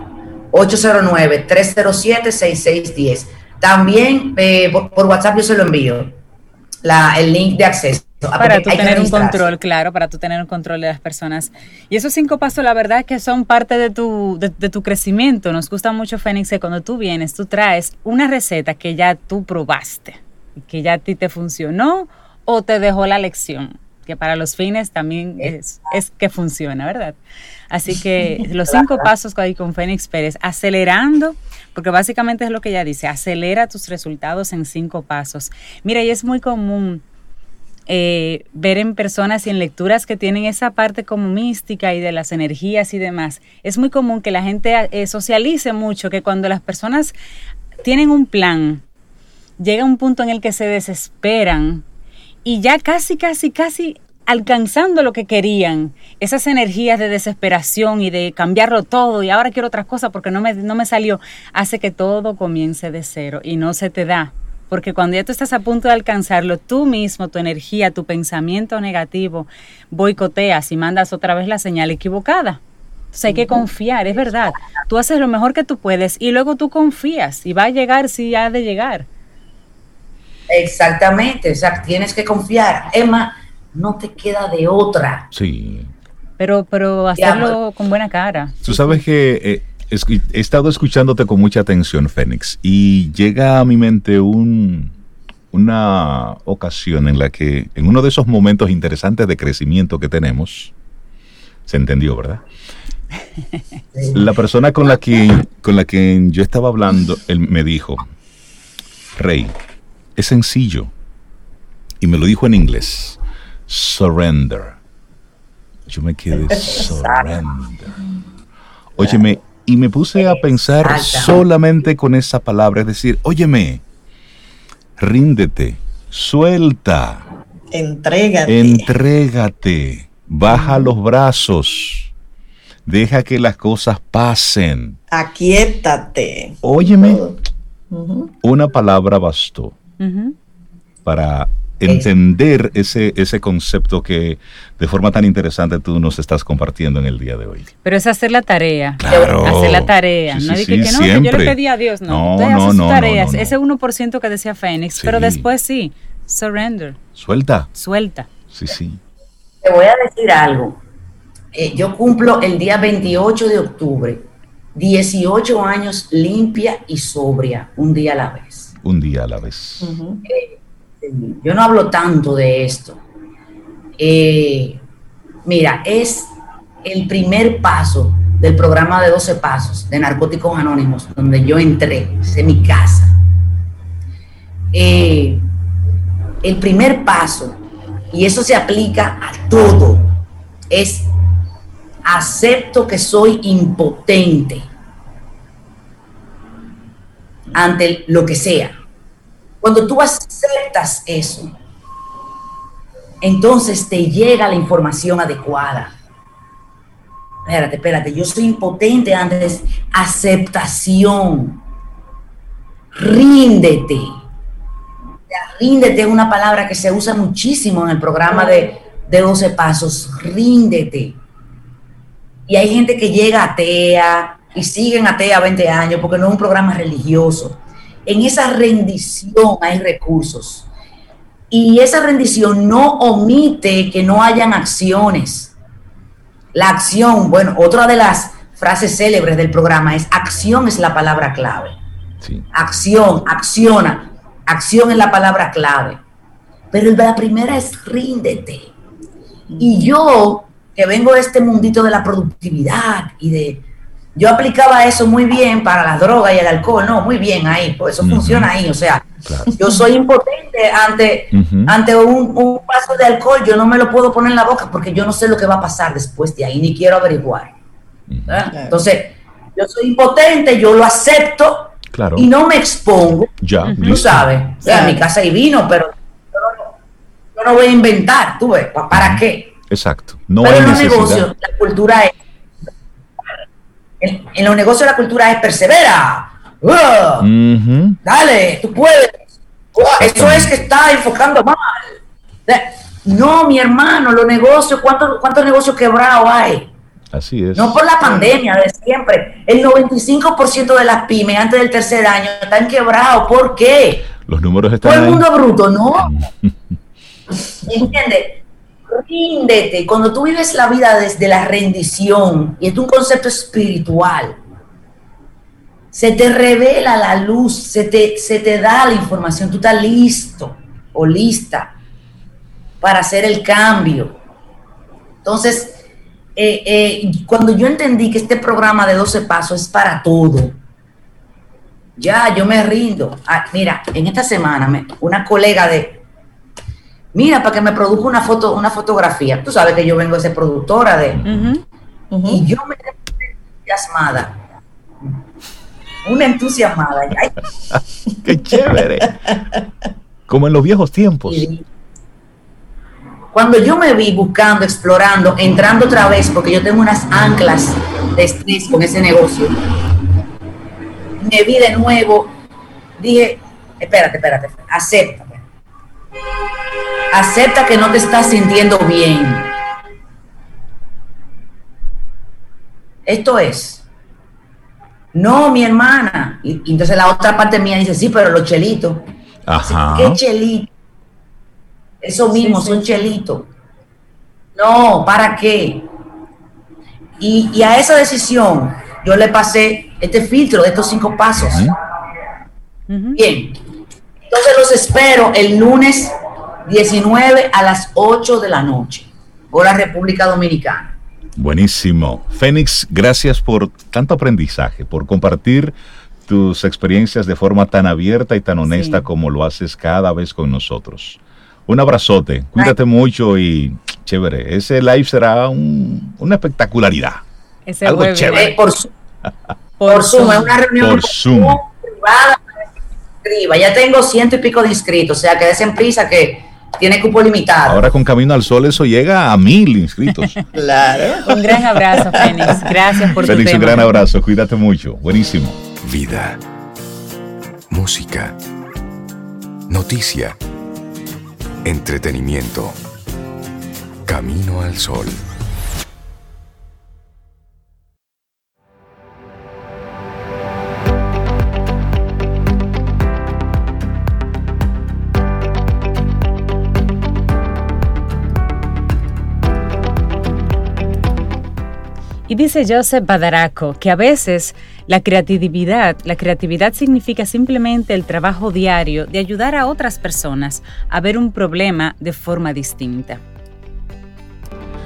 809-307-6610. También por WhatsApp yo se lo envío, el link de acceso. Para tú tener un control, claro, para tú tener un control de las personas. Y esos 5 pasos, la verdad es que son parte de tu crecimiento. Nos gusta mucho, Fénix, que cuando tú vienes, tú traes una receta que ya tú probaste, que ya a ti te funcionó o te dejó la lección, que para los fines también es que funciona, ¿verdad? Así que los 5 pasos ahí con Fénix Pérez, acelerando, porque básicamente es lo que ella dice, acelera tus resultados en 5 pasos. Mira, y es muy común ver en personas y en lecturas que tienen esa parte como mística y de las energías y demás, es muy común que la gente socialice mucho, que cuando las personas tienen un plan, llega un punto en el que se desesperan y ya casi alcanzando lo que querían, esas energías de desesperación y de cambiarlo todo y ahora quiero otras cosas porque no me salió, hace que todo comience de cero y no se te da. Porque cuando ya tú estás a punto de alcanzarlo, tú mismo, tu energía, tu pensamiento negativo, boicoteas y mandas otra vez la señal equivocada. Entonces hay que confiar, es verdad. Tú haces lo mejor que tú puedes y luego tú confías y va a llegar si ha de llegar. Exactamente, tienes que confiar. Emma, no te queda de otra. Sí. Pero hacerlo con buena cara. Tú sabes que he estado escuchándote con mucha atención, Fénix, y llega a mi mente una ocasión en la que, en uno de esos momentos interesantes de crecimiento que tenemos, se entendió, ¿verdad? La persona con la que yo estaba hablando, él me dijo, Rey, es sencillo, y me lo dijo en inglés, surrender. Yo me quedé, surrender. Óyeme, y me puse a pensar solamente con esa palabra, es decir, óyeme, ríndete, suelta, entrégate, baja los brazos, deja que las cosas pasen, aquíétate. Óyeme, una palabra bastó para entender ese concepto que de forma tan interesante tú nos estás compartiendo en el día de hoy. Pero es hacer la tarea. Claro. Hacer la tarea. Sí, no sí, que no, siempre. que yo le pedí a Dios. No, sus tareas. Ese 1% que decía Fénix. Sí. Pero después sí, surrender. Suelta. Sí. Te voy a decir algo. Yo cumplo el día 28 de octubre 18 años limpia y sobria, un día a la vez. Yo no hablo tanto de esto. Mira, es el primer paso del programa de 12 Pasos de Narcóticos Anónimos, donde yo entré, es mi casa. El primer paso, y eso se aplica a todo, es acepto que soy impotente ante lo que sea. Cuando tú aceptas eso, entonces te llega la información adecuada. Espérate, yo soy impotente ante aceptación. Ríndete. Ríndete es una palabra que se usa muchísimo en el programa de 12 Pasos. Ríndete. Y hay gente que llega atea y siguen atea 20 años porque no es un programa religioso. En esa rendición hay recursos. Y esa rendición no omite que no hayan acciones. La acción, bueno, otra de las frases célebres del programa es: acción es la palabra clave. Sí. Acción, acciona. Acción es la palabra clave. Pero la primera es ríndete. Y yo, que vengo de este mundito de la productividad yo aplicaba eso muy bien para las drogas y el alcohol, no, muy bien ahí, pues eso funciona ahí, o sea, claro. Yo soy impotente ante un vaso de alcohol, yo no me lo puedo poner en la boca porque yo no sé lo que va a pasar después de ahí, ni quiero averiguar. Claro. Entonces, yo soy impotente, yo lo acepto, claro. Y no me expongo, ya, tú sabes, o sea, en mi casa hay vino, pero yo no voy a inventar, tú ves, ¿para qué? Exacto, no pero hay en los necesidad. Negocios, la cultura es en los negocios la cultura es persevera. Dale, tú puedes. Eso es que está enfocando mal. No, mi hermano, los negocios, ¿cuántos negocios quebrados hay? Así es. No por la pandemia de siempre. El 95% de las pymes antes del tercer año están quebrados. ¿Por qué? Los números están todo el mundo bruto, ¿no? ¿Entiendes? Ríndete. Cuando tú vives la vida desde la rendición, y es un concepto espiritual, se te revela la luz, se te da la información, tú estás listo o lista para hacer el cambio. Entonces, cuando yo entendí que este programa de 12 Pasos es para todo, ya yo me rindo. Mira, en esta semana una colega mira, para que me produzca una fotografía. Tú sabes que yo vengo de ser productora y yo me entusiasmada. Ay. ¡Qué chévere! Como en los viejos tiempos. Cuando yo me vi buscando, explorando, entrando otra vez, porque yo tengo unas anclas de estrés con ese negocio, me vi de nuevo, dije, espérate, acepta que no te estás sintiendo bien. Esto es. No, mi hermana. Y entonces la otra parte mía dice, sí, pero los chelitos. Ajá. ¿Qué chelito? Eso mismo, sí, son chelitos. No, ¿para qué? Y a esa decisión yo le pasé este filtro de estos 5 pasos. Bien. Entonces los espero el lunes 19 a las 8 de la noche, hora República Dominicana. Buenísimo. Fénix, gracias por tanto aprendizaje, por compartir tus experiencias de forma tan abierta y tan honesta como lo haces cada vez con nosotros. Un abrazote, cuídate mucho y chévere. Ese live será una espectacularidad. Ese algo webinar. Chévere. Por Zoom, es una reunión por Zoom privada. Ya tengo 100 y pico de inscritos, o sea que desen prisa que tiene cupo limitado. Ahora con Camino al Sol eso llega a 1000 inscritos. Claro. Un gran abrazo, Fénix. Gracias por Fénix, tu tema. un gran abrazo. Cuídate mucho. Buenísimo. Vida. Música. Noticia. Entretenimiento. Camino al Sol. Y dice Joseph Badaracco que a veces la creatividad significa simplemente el trabajo diario de ayudar a otras personas a ver un problema de forma distinta.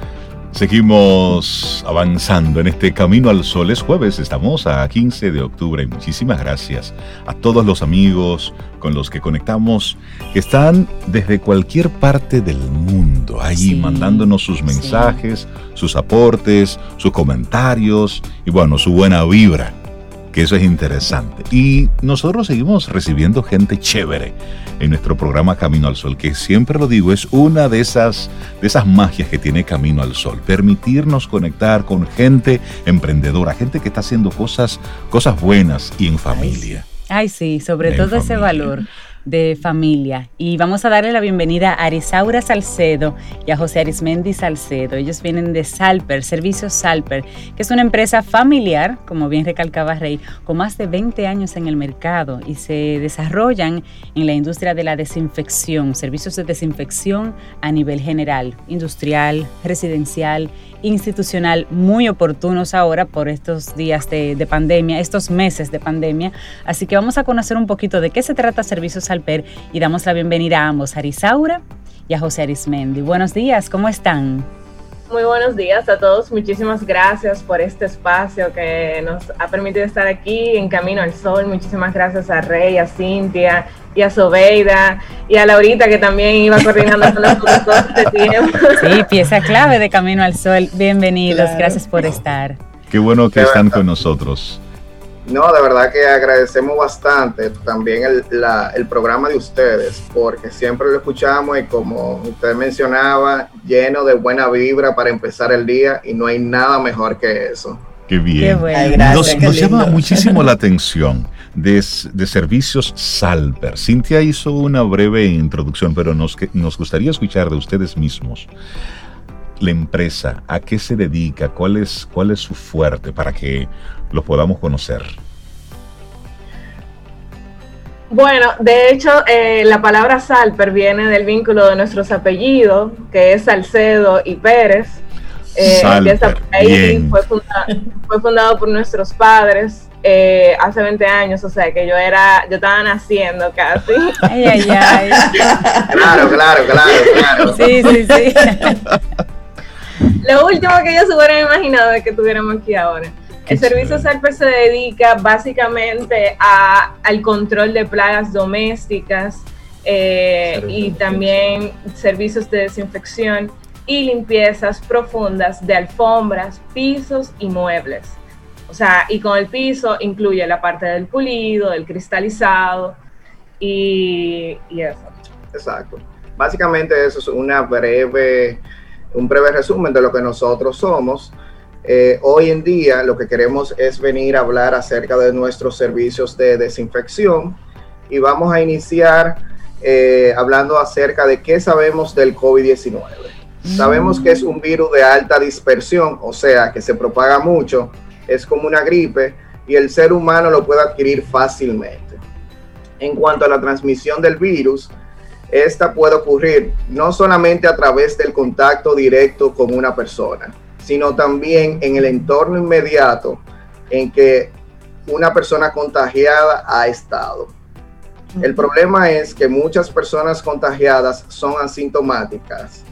Seguimos avanzando en este Camino al Sol. Es jueves, estamos a 15 de octubre y muchísimas gracias a todos los amigos con los que conectamos, que están desde cualquier parte del mundo, ahí mandándonos sus mensajes, sus aportes, sus comentarios y bueno, su buena vibra, que eso es interesante. Y nosotros seguimos recibiendo gente chévere en nuestro programa Camino al Sol, que siempre lo digo, es una de esas magias que tiene Camino al Sol, permitirnos conectar con gente emprendedora, gente que está haciendo cosas buenas y en familia. Ay, sí, sobre todo ese valor de familia. Y vamos a darle la bienvenida a Arisaura Salcedo y a José Arismendi Salcedo. Ellos vienen de Salper, Servicios Salper, que es una empresa familiar, como bien recalcaba Rey, con más de 20 años en el mercado y se desarrollan en la industria de la desinfección, servicios de desinfección a nivel general, industrial, residencial, institucional, muy oportunos ahora por estos días de pandemia, estos meses de pandemia. Así que vamos a conocer un poquito de qué se trata Servicios Salper y damos la bienvenida a ambos, a Arisaura y a José Arismendi. Buenos días, ¿cómo están? Muy buenos días a todos, muchísimas gracias por este espacio que nos ha permitido estar aquí en Camino al Sol. Muchísimas gracias a Rey, a Cintia y a Sobeida y a Laurita, que también iba coordinando con nosotros todo este tiempo. Sí, pieza clave de Camino al Sol. Bienvenidos, claro. Gracias por estar. Qué bueno que están con nosotros. No, de verdad que agradecemos bastante también el programa de ustedes, porque siempre lo escuchamos y como usted mencionaba, lleno de buena vibra para empezar el día y no hay nada mejor que eso. Qué bien. Qué bueno. Ay, gracias, Nos llama muchísimo la atención de Servicios Salper. Cintia hizo una breve introducción, pero nos gustaría escuchar de ustedes mismos. La empresa, ¿a qué se dedica? ¿Cuál es su fuerte para que los podamos conocer? Bueno, de hecho, la palabra Salper viene del vínculo de nuestros apellidos, que es Salcedo y Pérez. Salper, ahí fue fundado por nuestros padres hace 20 años, o sea que yo estaba naciendo casi. Ay. Claro. Sí. Lo último que ellos se hubieran imaginado es que tuviéramos aquí ahora. El Servicio Salper se dedica básicamente al control de plagas domésticas y también servicios de desinfección y limpiezas profundas de alfombras, pisos y muebles. O sea, y con el piso incluye la parte del pulido, del cristalizado y eso. Exacto. Básicamente eso es un breve resumen de lo que nosotros somos. Hoy en día lo que queremos es venir a hablar acerca de nuestros servicios de desinfección y vamos a iniciar hablando acerca de qué sabemos del COVID-19. Sabemos que es un virus de alta dispersión, o sea, que se propaga mucho, es como una gripe y el ser humano lo puede adquirir fácilmente. En cuanto a la transmisión del virus, esta puede ocurrir no solamente a través del contacto directo con una persona, sino también en el entorno inmediato en que una persona contagiada ha estado. El problema es que muchas personas contagiadas son asintomáticas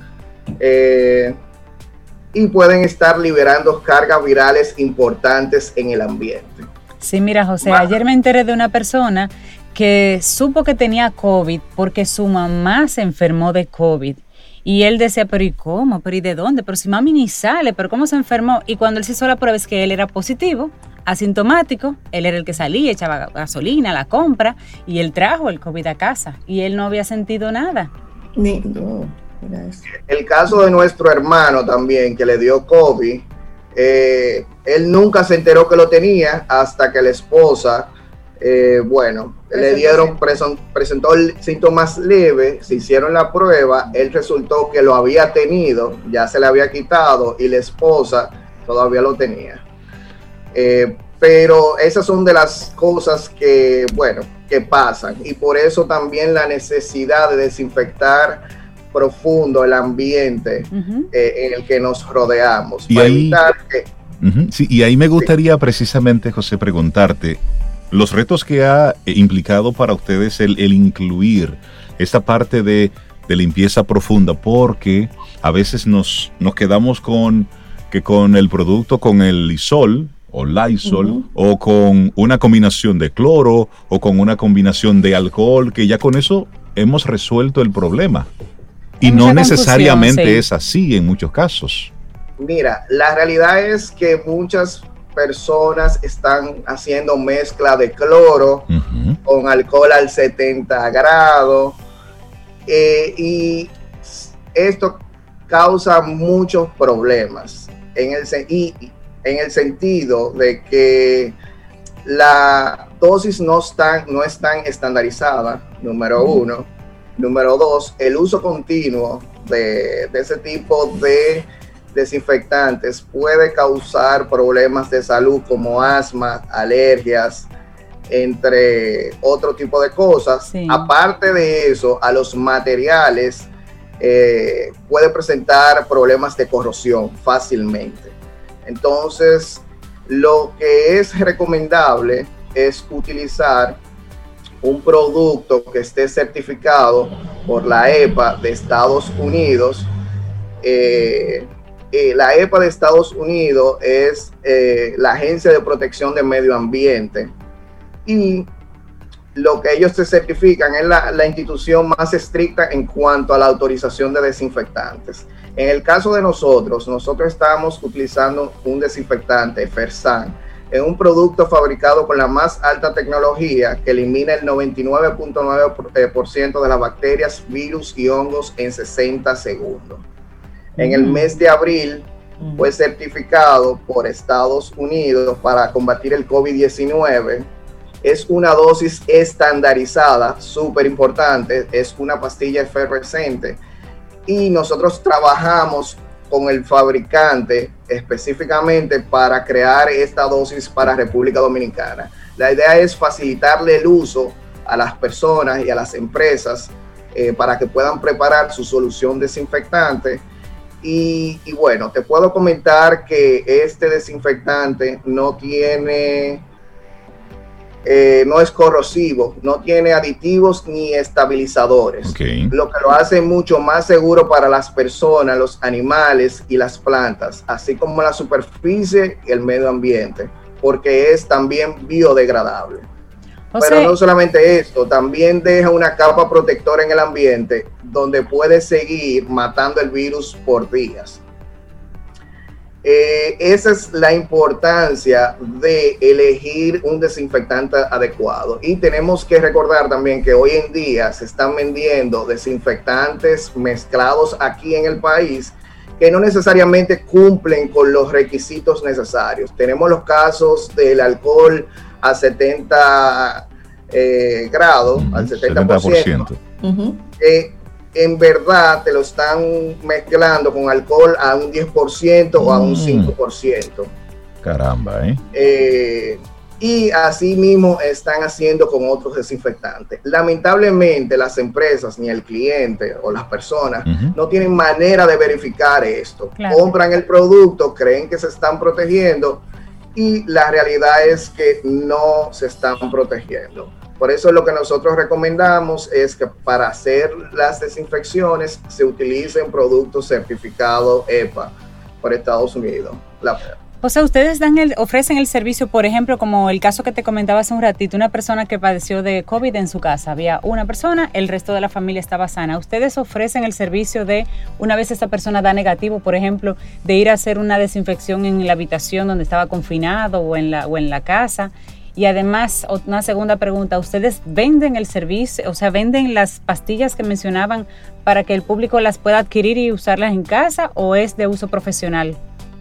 y pueden estar liberando cargas virales importantes en el ambiente. Sí, mira, José, ayer me enteré de una persona que supo que tenía COVID porque su mamá se enfermó de COVID. Y él decía, pero ¿y cómo? ¿Pero y de dónde? Pero si mami ni sale, ¿pero cómo se enfermó? Y cuando él se hizo la prueba es que él era positivo, asintomático, él era el que salía, echaba gasolina, la compra, y él trajo el COVID a casa. Y él no había sentido nada. El caso de nuestro hermano también, que le dio COVID, él nunca se enteró que lo tenía hasta que la esposa, presentó síntomas leves, se hicieron la prueba, él resultó que lo había tenido, ya se le había quitado y la esposa todavía lo tenía. Pero esas son de las cosas que pasan y por eso también la necesidad de desinfectar profundo el ambiente en el que nos rodeamos. Y ahí me gustaría precisamente, José, preguntarte los retos que ha implicado para ustedes el incluir esta parte de limpieza profunda, porque a veces nos quedamos con el producto, con el Lysol o Lysol, o con una combinación de cloro, o con una combinación de alcohol, que ya con eso hemos resuelto el problema. Y no necesariamente es así en muchos casos. Mira, la realidad es que muchas personas están haciendo mezcla de cloro con alcohol al 70 grados, y esto causa muchos problemas en el sentido de que la dosis no es tan estandarizada, número uno. Número dos, el uso continuo de ese tipo de desinfectantes puede causar problemas de salud como asma, alergias, entre otro tipo de cosas. Sí. Aparte de eso, a los materiales puede presentar problemas de corrosión fácilmente. Entonces, lo que es recomendable es utilizar un producto que esté certificado por la EPA de Estados Unidos. La EPA de Estados Unidos es la Agencia de Protección del Medio Ambiente, y lo que ellos se certifican es la institución más estricta en cuanto a la autorización de desinfectantes. En el caso de nosotros estamos utilizando un desinfectante Fersan. Es un producto fabricado con la más alta tecnología que elimina el 99.9% de las bacterias, virus y hongos en 60 segundos. En el mes de abril fue certificado por Estados Unidos para combatir el COVID-19. Es una dosis estandarizada, súper importante, es una pastilla efervescente, y nosotros trabajamos con el fabricante específicamente para crear esta dosis para República Dominicana. La idea es facilitarle el uso a las personas y a las empresas para que puedan preparar su solución desinfectante. Y bueno, te puedo comentar que este desinfectante no es corrosivo, no tiene aditivos ni estabilizadores, lo que lo hace mucho más seguro para las personas, los animales y las plantas, así como la superficie y el medio ambiente, porque es también biodegradable. Pero no solamente esto, también deja una capa protectora en el ambiente donde puede seguir matando el virus por días. Esa es la importancia de elegir un desinfectante adecuado. Y tenemos que recordar también que hoy en día se están vendiendo desinfectantes mezclados aquí en el país que no necesariamente cumplen con los requisitos necesarios. Tenemos los casos del alcohol a 70 grados, al 70%. En verdad te lo están mezclando con alcohol a un 10% o a un 5%. Caramba, Y así mismo están haciendo con otros desinfectantes. Lamentablemente las empresas, ni el cliente o las personas no tienen manera de verificar esto. Claro. Compran el producto, creen que se están protegiendo, y la realidad es que no se están protegiendo. Por eso lo que nosotros recomendamos es que para hacer las desinfecciones se utilicen productos certificados EPA por Estados Unidos. O sea, ustedes ofrecen el servicio, por ejemplo, como el caso que te comentaba hace un ratito, una persona que padeció de COVID en su casa. Había una persona, el resto de la familia estaba sana. Ustedes ofrecen el servicio de, una vez esta persona da negativo, por ejemplo, de ir a hacer una desinfección en la habitación donde estaba confinado o en la casa. Y además, una segunda pregunta, ¿ustedes venden el servicio, o sea, venden las pastillas que mencionaban para que el público las pueda adquirir y usarlas en casa, o es de uso profesional?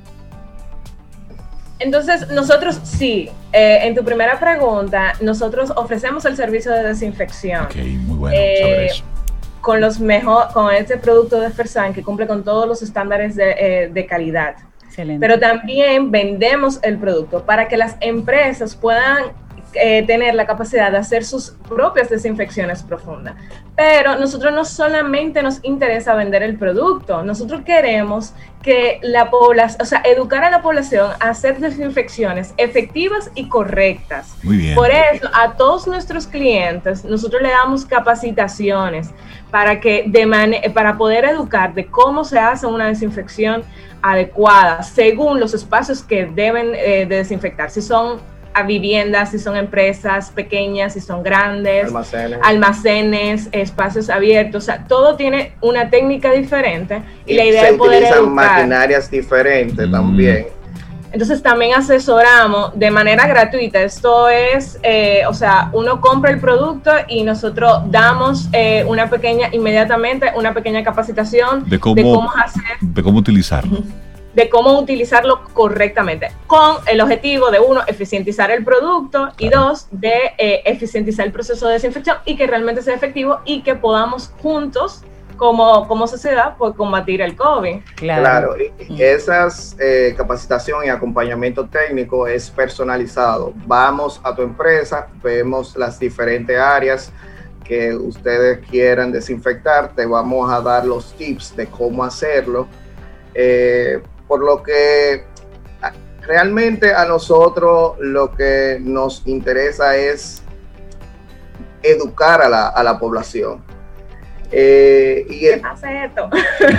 Entonces, nosotros sí, en tu primera pregunta, nosotros ofrecemos el servicio de desinfección. Ok, muy bueno saber eso. Con este producto de Fersan que cumple con todos los estándares de calidad. Excelente. Pero también vendemos el producto para que las empresas puedan tener la capacidad de hacer sus propias desinfecciones profundas. Pero nosotros no solamente nos interesa vender el producto, nosotros queremos que la población, o sea, educar a la población a hacer desinfecciones efectivas y correctas. Muy bien. Por eso, a todos nuestros clientes, nosotros le damos capacitaciones para poder educar de cómo se hace una desinfección adecuada según los espacios que deben de desinfectar. Si son a viviendas, si son empresas pequeñas, si son grandes, almacenes, espacios abiertos, o sea, todo tiene una técnica diferente y la idea es poder educar. Se utilizan maquinarias diferentes también. Entonces también asesoramos de manera gratuita. Esto es, o sea, uno compra el producto y nosotros damos inmediatamente una pequeña capacitación de cómo utilizarlo. De cómo utilizarlo correctamente, con el objetivo de, uno, eficientizar el producto, y dos, de eficientizar el proceso de desinfección y que realmente sea efectivo y que podamos juntos, como sociedad, pues, combatir el COVID. Claro, y esas capacitación y acompañamiento técnico es personalizado. Vamos a tu empresa, vemos las diferentes áreas que ustedes quieran desinfectar, te vamos a dar los tips de cómo hacerlo. Por lo que realmente a nosotros lo que nos interesa es educar a la población. ¿Qué hace esto?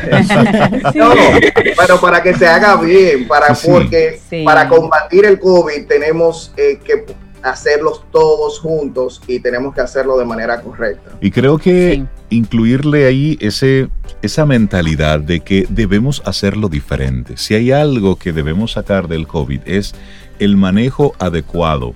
No, pero para que se haga bien, para combatir el COVID tenemos que hacerlos todos juntos y tenemos que hacerlo de manera correcta. Y creo que incluirle ahí esa mentalidad de que debemos hacerlo diferente. Si hay algo que debemos sacar del COVID es el manejo adecuado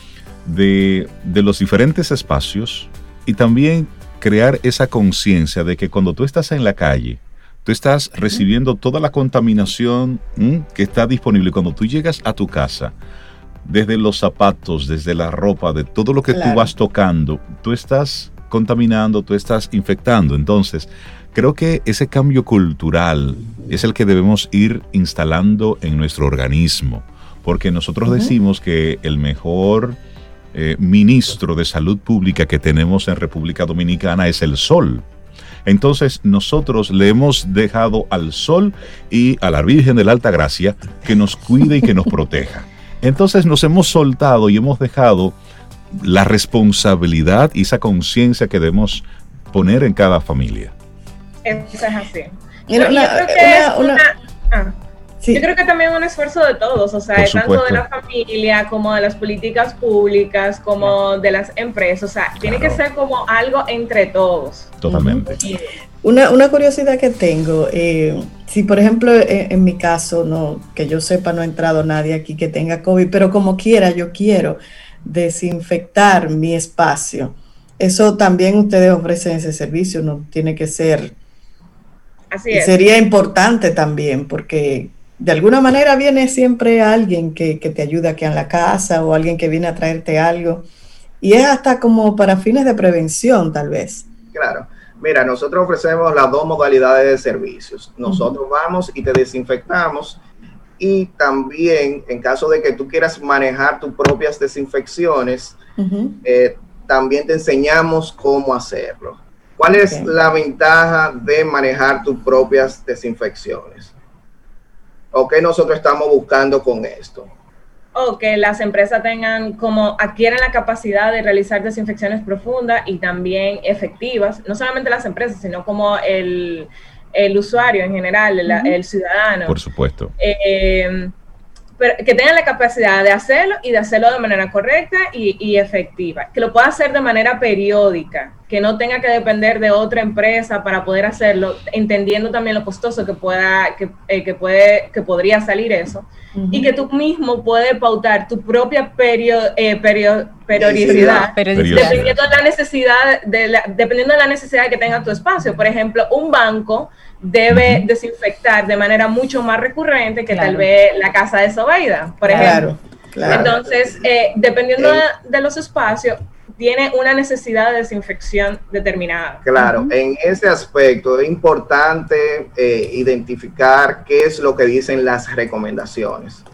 de los diferentes espacios y también crear esa conciencia de que cuando tú estás en la calle, tú estás recibiendo toda la contaminación que está disponible. Cuando tú llegas a tu casa, desde los zapatos, desde la ropa, de todo lo que tú vas tocando, tú estás contaminando, tú estás infectando. Entonces, creo que ese cambio cultural es el que debemos ir instalando en nuestro organismo, porque nosotros decimos que el mejor ministro de salud pública que tenemos en República Dominicana es el sol. Entonces nosotros le hemos dejado al sol y a la Virgen de la Alta Gracia que nos cuide y que nos proteja. Entonces nos hemos soltado y hemos dejado la responsabilidad y esa conciencia que debemos poner en cada familia. Eso es así. Yo creo que yo creo que también es un esfuerzo de todos, o sea, tanto de la familia como de las políticas públicas, como de las empresas, o sea, tiene que ser como algo entre todos. Totalmente. Una curiosidad que tengo, si por ejemplo en mi caso, no, que yo sepa, no ha entrado nadie aquí que tenga COVID, pero como quiera, yo quiero desinfectar mi espacio. Eso también ustedes ofrecen ese servicio, no tiene que ser. Así es. Sería importante también, porque de alguna manera viene siempre alguien que te ayuda aquí en la casa o alguien que viene a traerte algo, y es hasta como para fines de prevención tal vez. Claro, mira, nosotros ofrecemos las dos modalidades de servicios. Nosotros vamos y te desinfectamos, y también en caso de que tú quieras manejar tus propias desinfecciones, también te enseñamos cómo hacerlo. ¿Cuál es la ventaja de manejar tus propias desinfecciones? ¿O qué nosotros estamos buscando con esto? O que las empresas adquieran la capacidad de realizar desinfecciones profundas y también efectivas, no solamente las empresas, sino como el usuario en general, el ciudadano. Por supuesto. Pero que tengan la capacidad de hacerlo y de hacerlo de manera correcta y efectiva, que lo pueda hacer de manera periódica, que no tenga que depender de otra empresa para poder hacerlo, entendiendo también lo costoso que podría salir eso, y que tú mismo puedes pautar tu propia periodicidad, dependiendo de la necesidad que tenga tu espacio. Por ejemplo, un banco debe desinfectar de manera mucho más recurrente que tal vez la casa de Sobeida, por ejemplo. Entonces, dependiendo de los espacios, tiene una necesidad de desinfección determinada. Claro, en ese aspecto es importante identificar qué es lo que dicen las recomendaciones.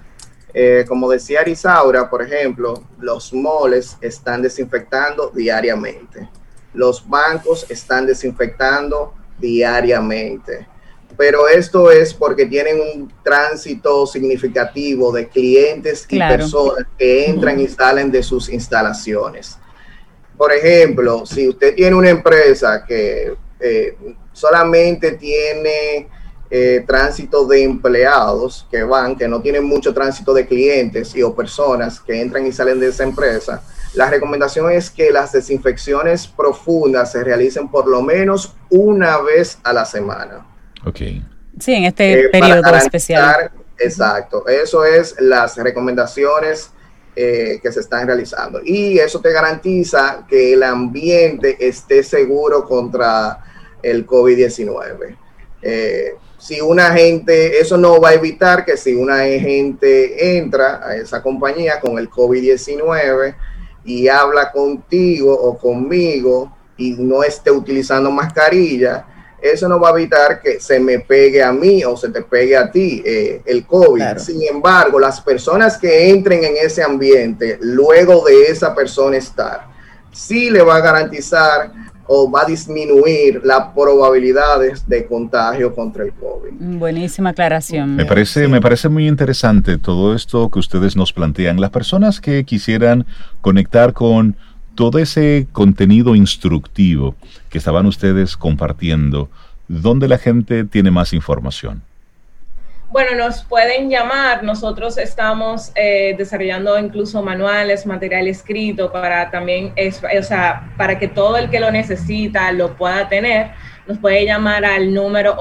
Como decía Arisaura, por ejemplo, los moles están desinfectando diariamente. Los bancos están desinfectando diariamente. Pero esto es porque tienen un tránsito significativo de clientes y personas que entran y salen de sus instalaciones. Por ejemplo, si usted tiene una empresa que solamente tiene tránsito de empleados que no tienen mucho tránsito de clientes o personas que entran y salen de esa empresa, la recomendación es que las desinfecciones profundas se realicen por lo menos una vez a la semana. Okay. Sí, en este periodo especial. Exacto, eso es las recomendaciones que se están realizando. Y eso te garantiza que el ambiente esté seguro contra el COVID-19. Si una gente, eso no va a evitar que si una gente entra a esa compañía con el COVID-19 y habla contigo o conmigo y no esté utilizando mascarilla, eso no va a evitar que se me pegue a mí o se te pegue a ti el COVID. Claro. Sin embargo, las personas que entren en ese ambiente luego de esa persona estar, sí le va a garantizar o va a disminuir las probabilidades de contagio contra el COVID. Buenísima aclaración. Me parece muy interesante todo esto que ustedes nos plantean. Las personas que quisieran conectar con todo ese contenido instructivo que estaban ustedes compartiendo, ¿dónde la gente tiene más información? Bueno, nos pueden llamar. Nosotros estamos desarrollando incluso manuales, material escrito para también, para que todo el que lo necesita lo pueda tener. Nos puede llamar al número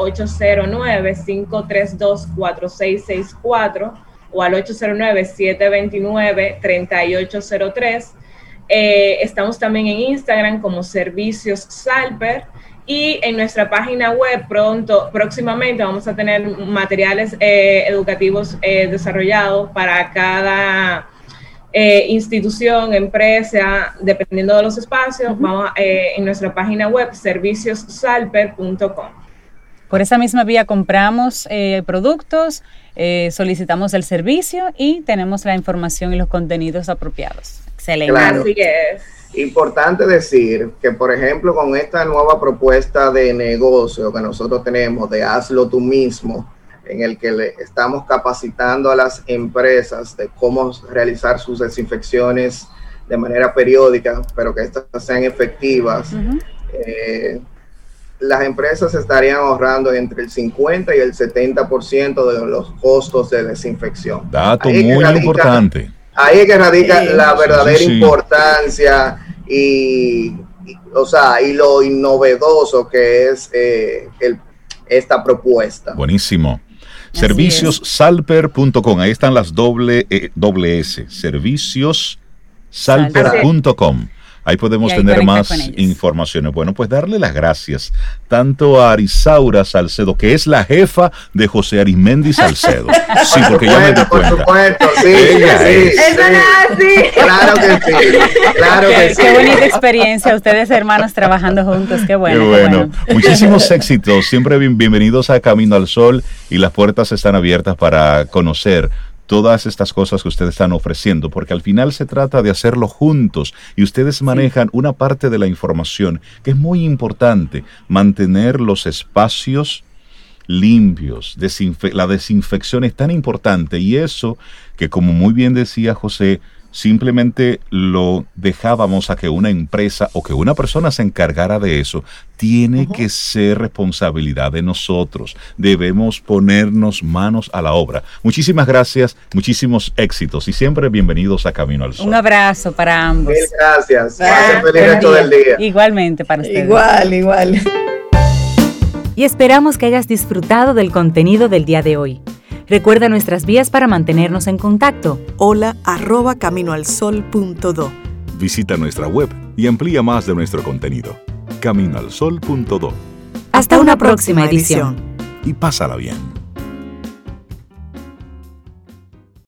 809-532-4664 o al 809-729-3803. Estamos también en Instagram como Servicios Salper. Y en nuestra página web próximamente vamos a tener materiales educativos desarrollados para cada institución, empresa, dependiendo de los espacios. Vamos en nuestra página web serviciossalper.com. Por esa misma vía compramos productos, solicitamos el servicio y tenemos la información y los contenidos apropiados. Excelente. Claro. Así es. Importante decir que, por ejemplo, con esta nueva propuesta de negocio que nosotros tenemos de hazlo tú mismo, en el que le estamos capacitando a las empresas de cómo realizar sus desinfecciones de manera periódica, pero que estas sean efectivas, las empresas estarían ahorrando entre el 50 y el 70% de los costos de desinfección. Dato muy importante. Ahí es que radica la verdadera importancia y lo novedoso que es esta propuesta. Buenísimo. Serviciossalper.com, ahí están las doble S, serviciossalper.com. Ahí podemos tener más informaciones. Bueno, pues darle las gracias tanto a Arisaura Salcedo, que es la jefa de José Arismendi Salcedo. Sí, porque ya me di cuenta. Por supuesto, sí. Eso no es así. Claro que sí. Claro que sí. Qué bonita experiencia, ustedes hermanos trabajando juntos. Qué bueno. Qué bueno. Muchísimos éxitos. Siempre bienvenidos a Camino al Sol y las puertas están abiertas para conocer todas estas cosas que ustedes están ofreciendo, porque al final se trata de hacerlo juntos y ustedes manejan una parte de la información que es muy importante, mantener los espacios limpios, la desinfección es tan importante y eso que, como muy bien decía José, simplemente lo dejábamos a que una empresa o que una persona se encargara de eso. Tiene que ser responsabilidad de nosotros. Debemos ponernos manos a la obra. Muchísimas gracias, muchísimos éxitos y siempre bienvenidos a Camino al Sol. Un abrazo para ambos. Mil gracias. Pasen feliz resto del día. Igualmente para ustedes. Igual. Y esperamos que hayas disfrutado del contenido del día de hoy. Recuerda nuestras vías para mantenernos en contacto. hola@caminoalsol.do. Visita nuestra web y amplía más de nuestro contenido. caminoalsol.do. Hasta una próxima edición. Y pásala bien.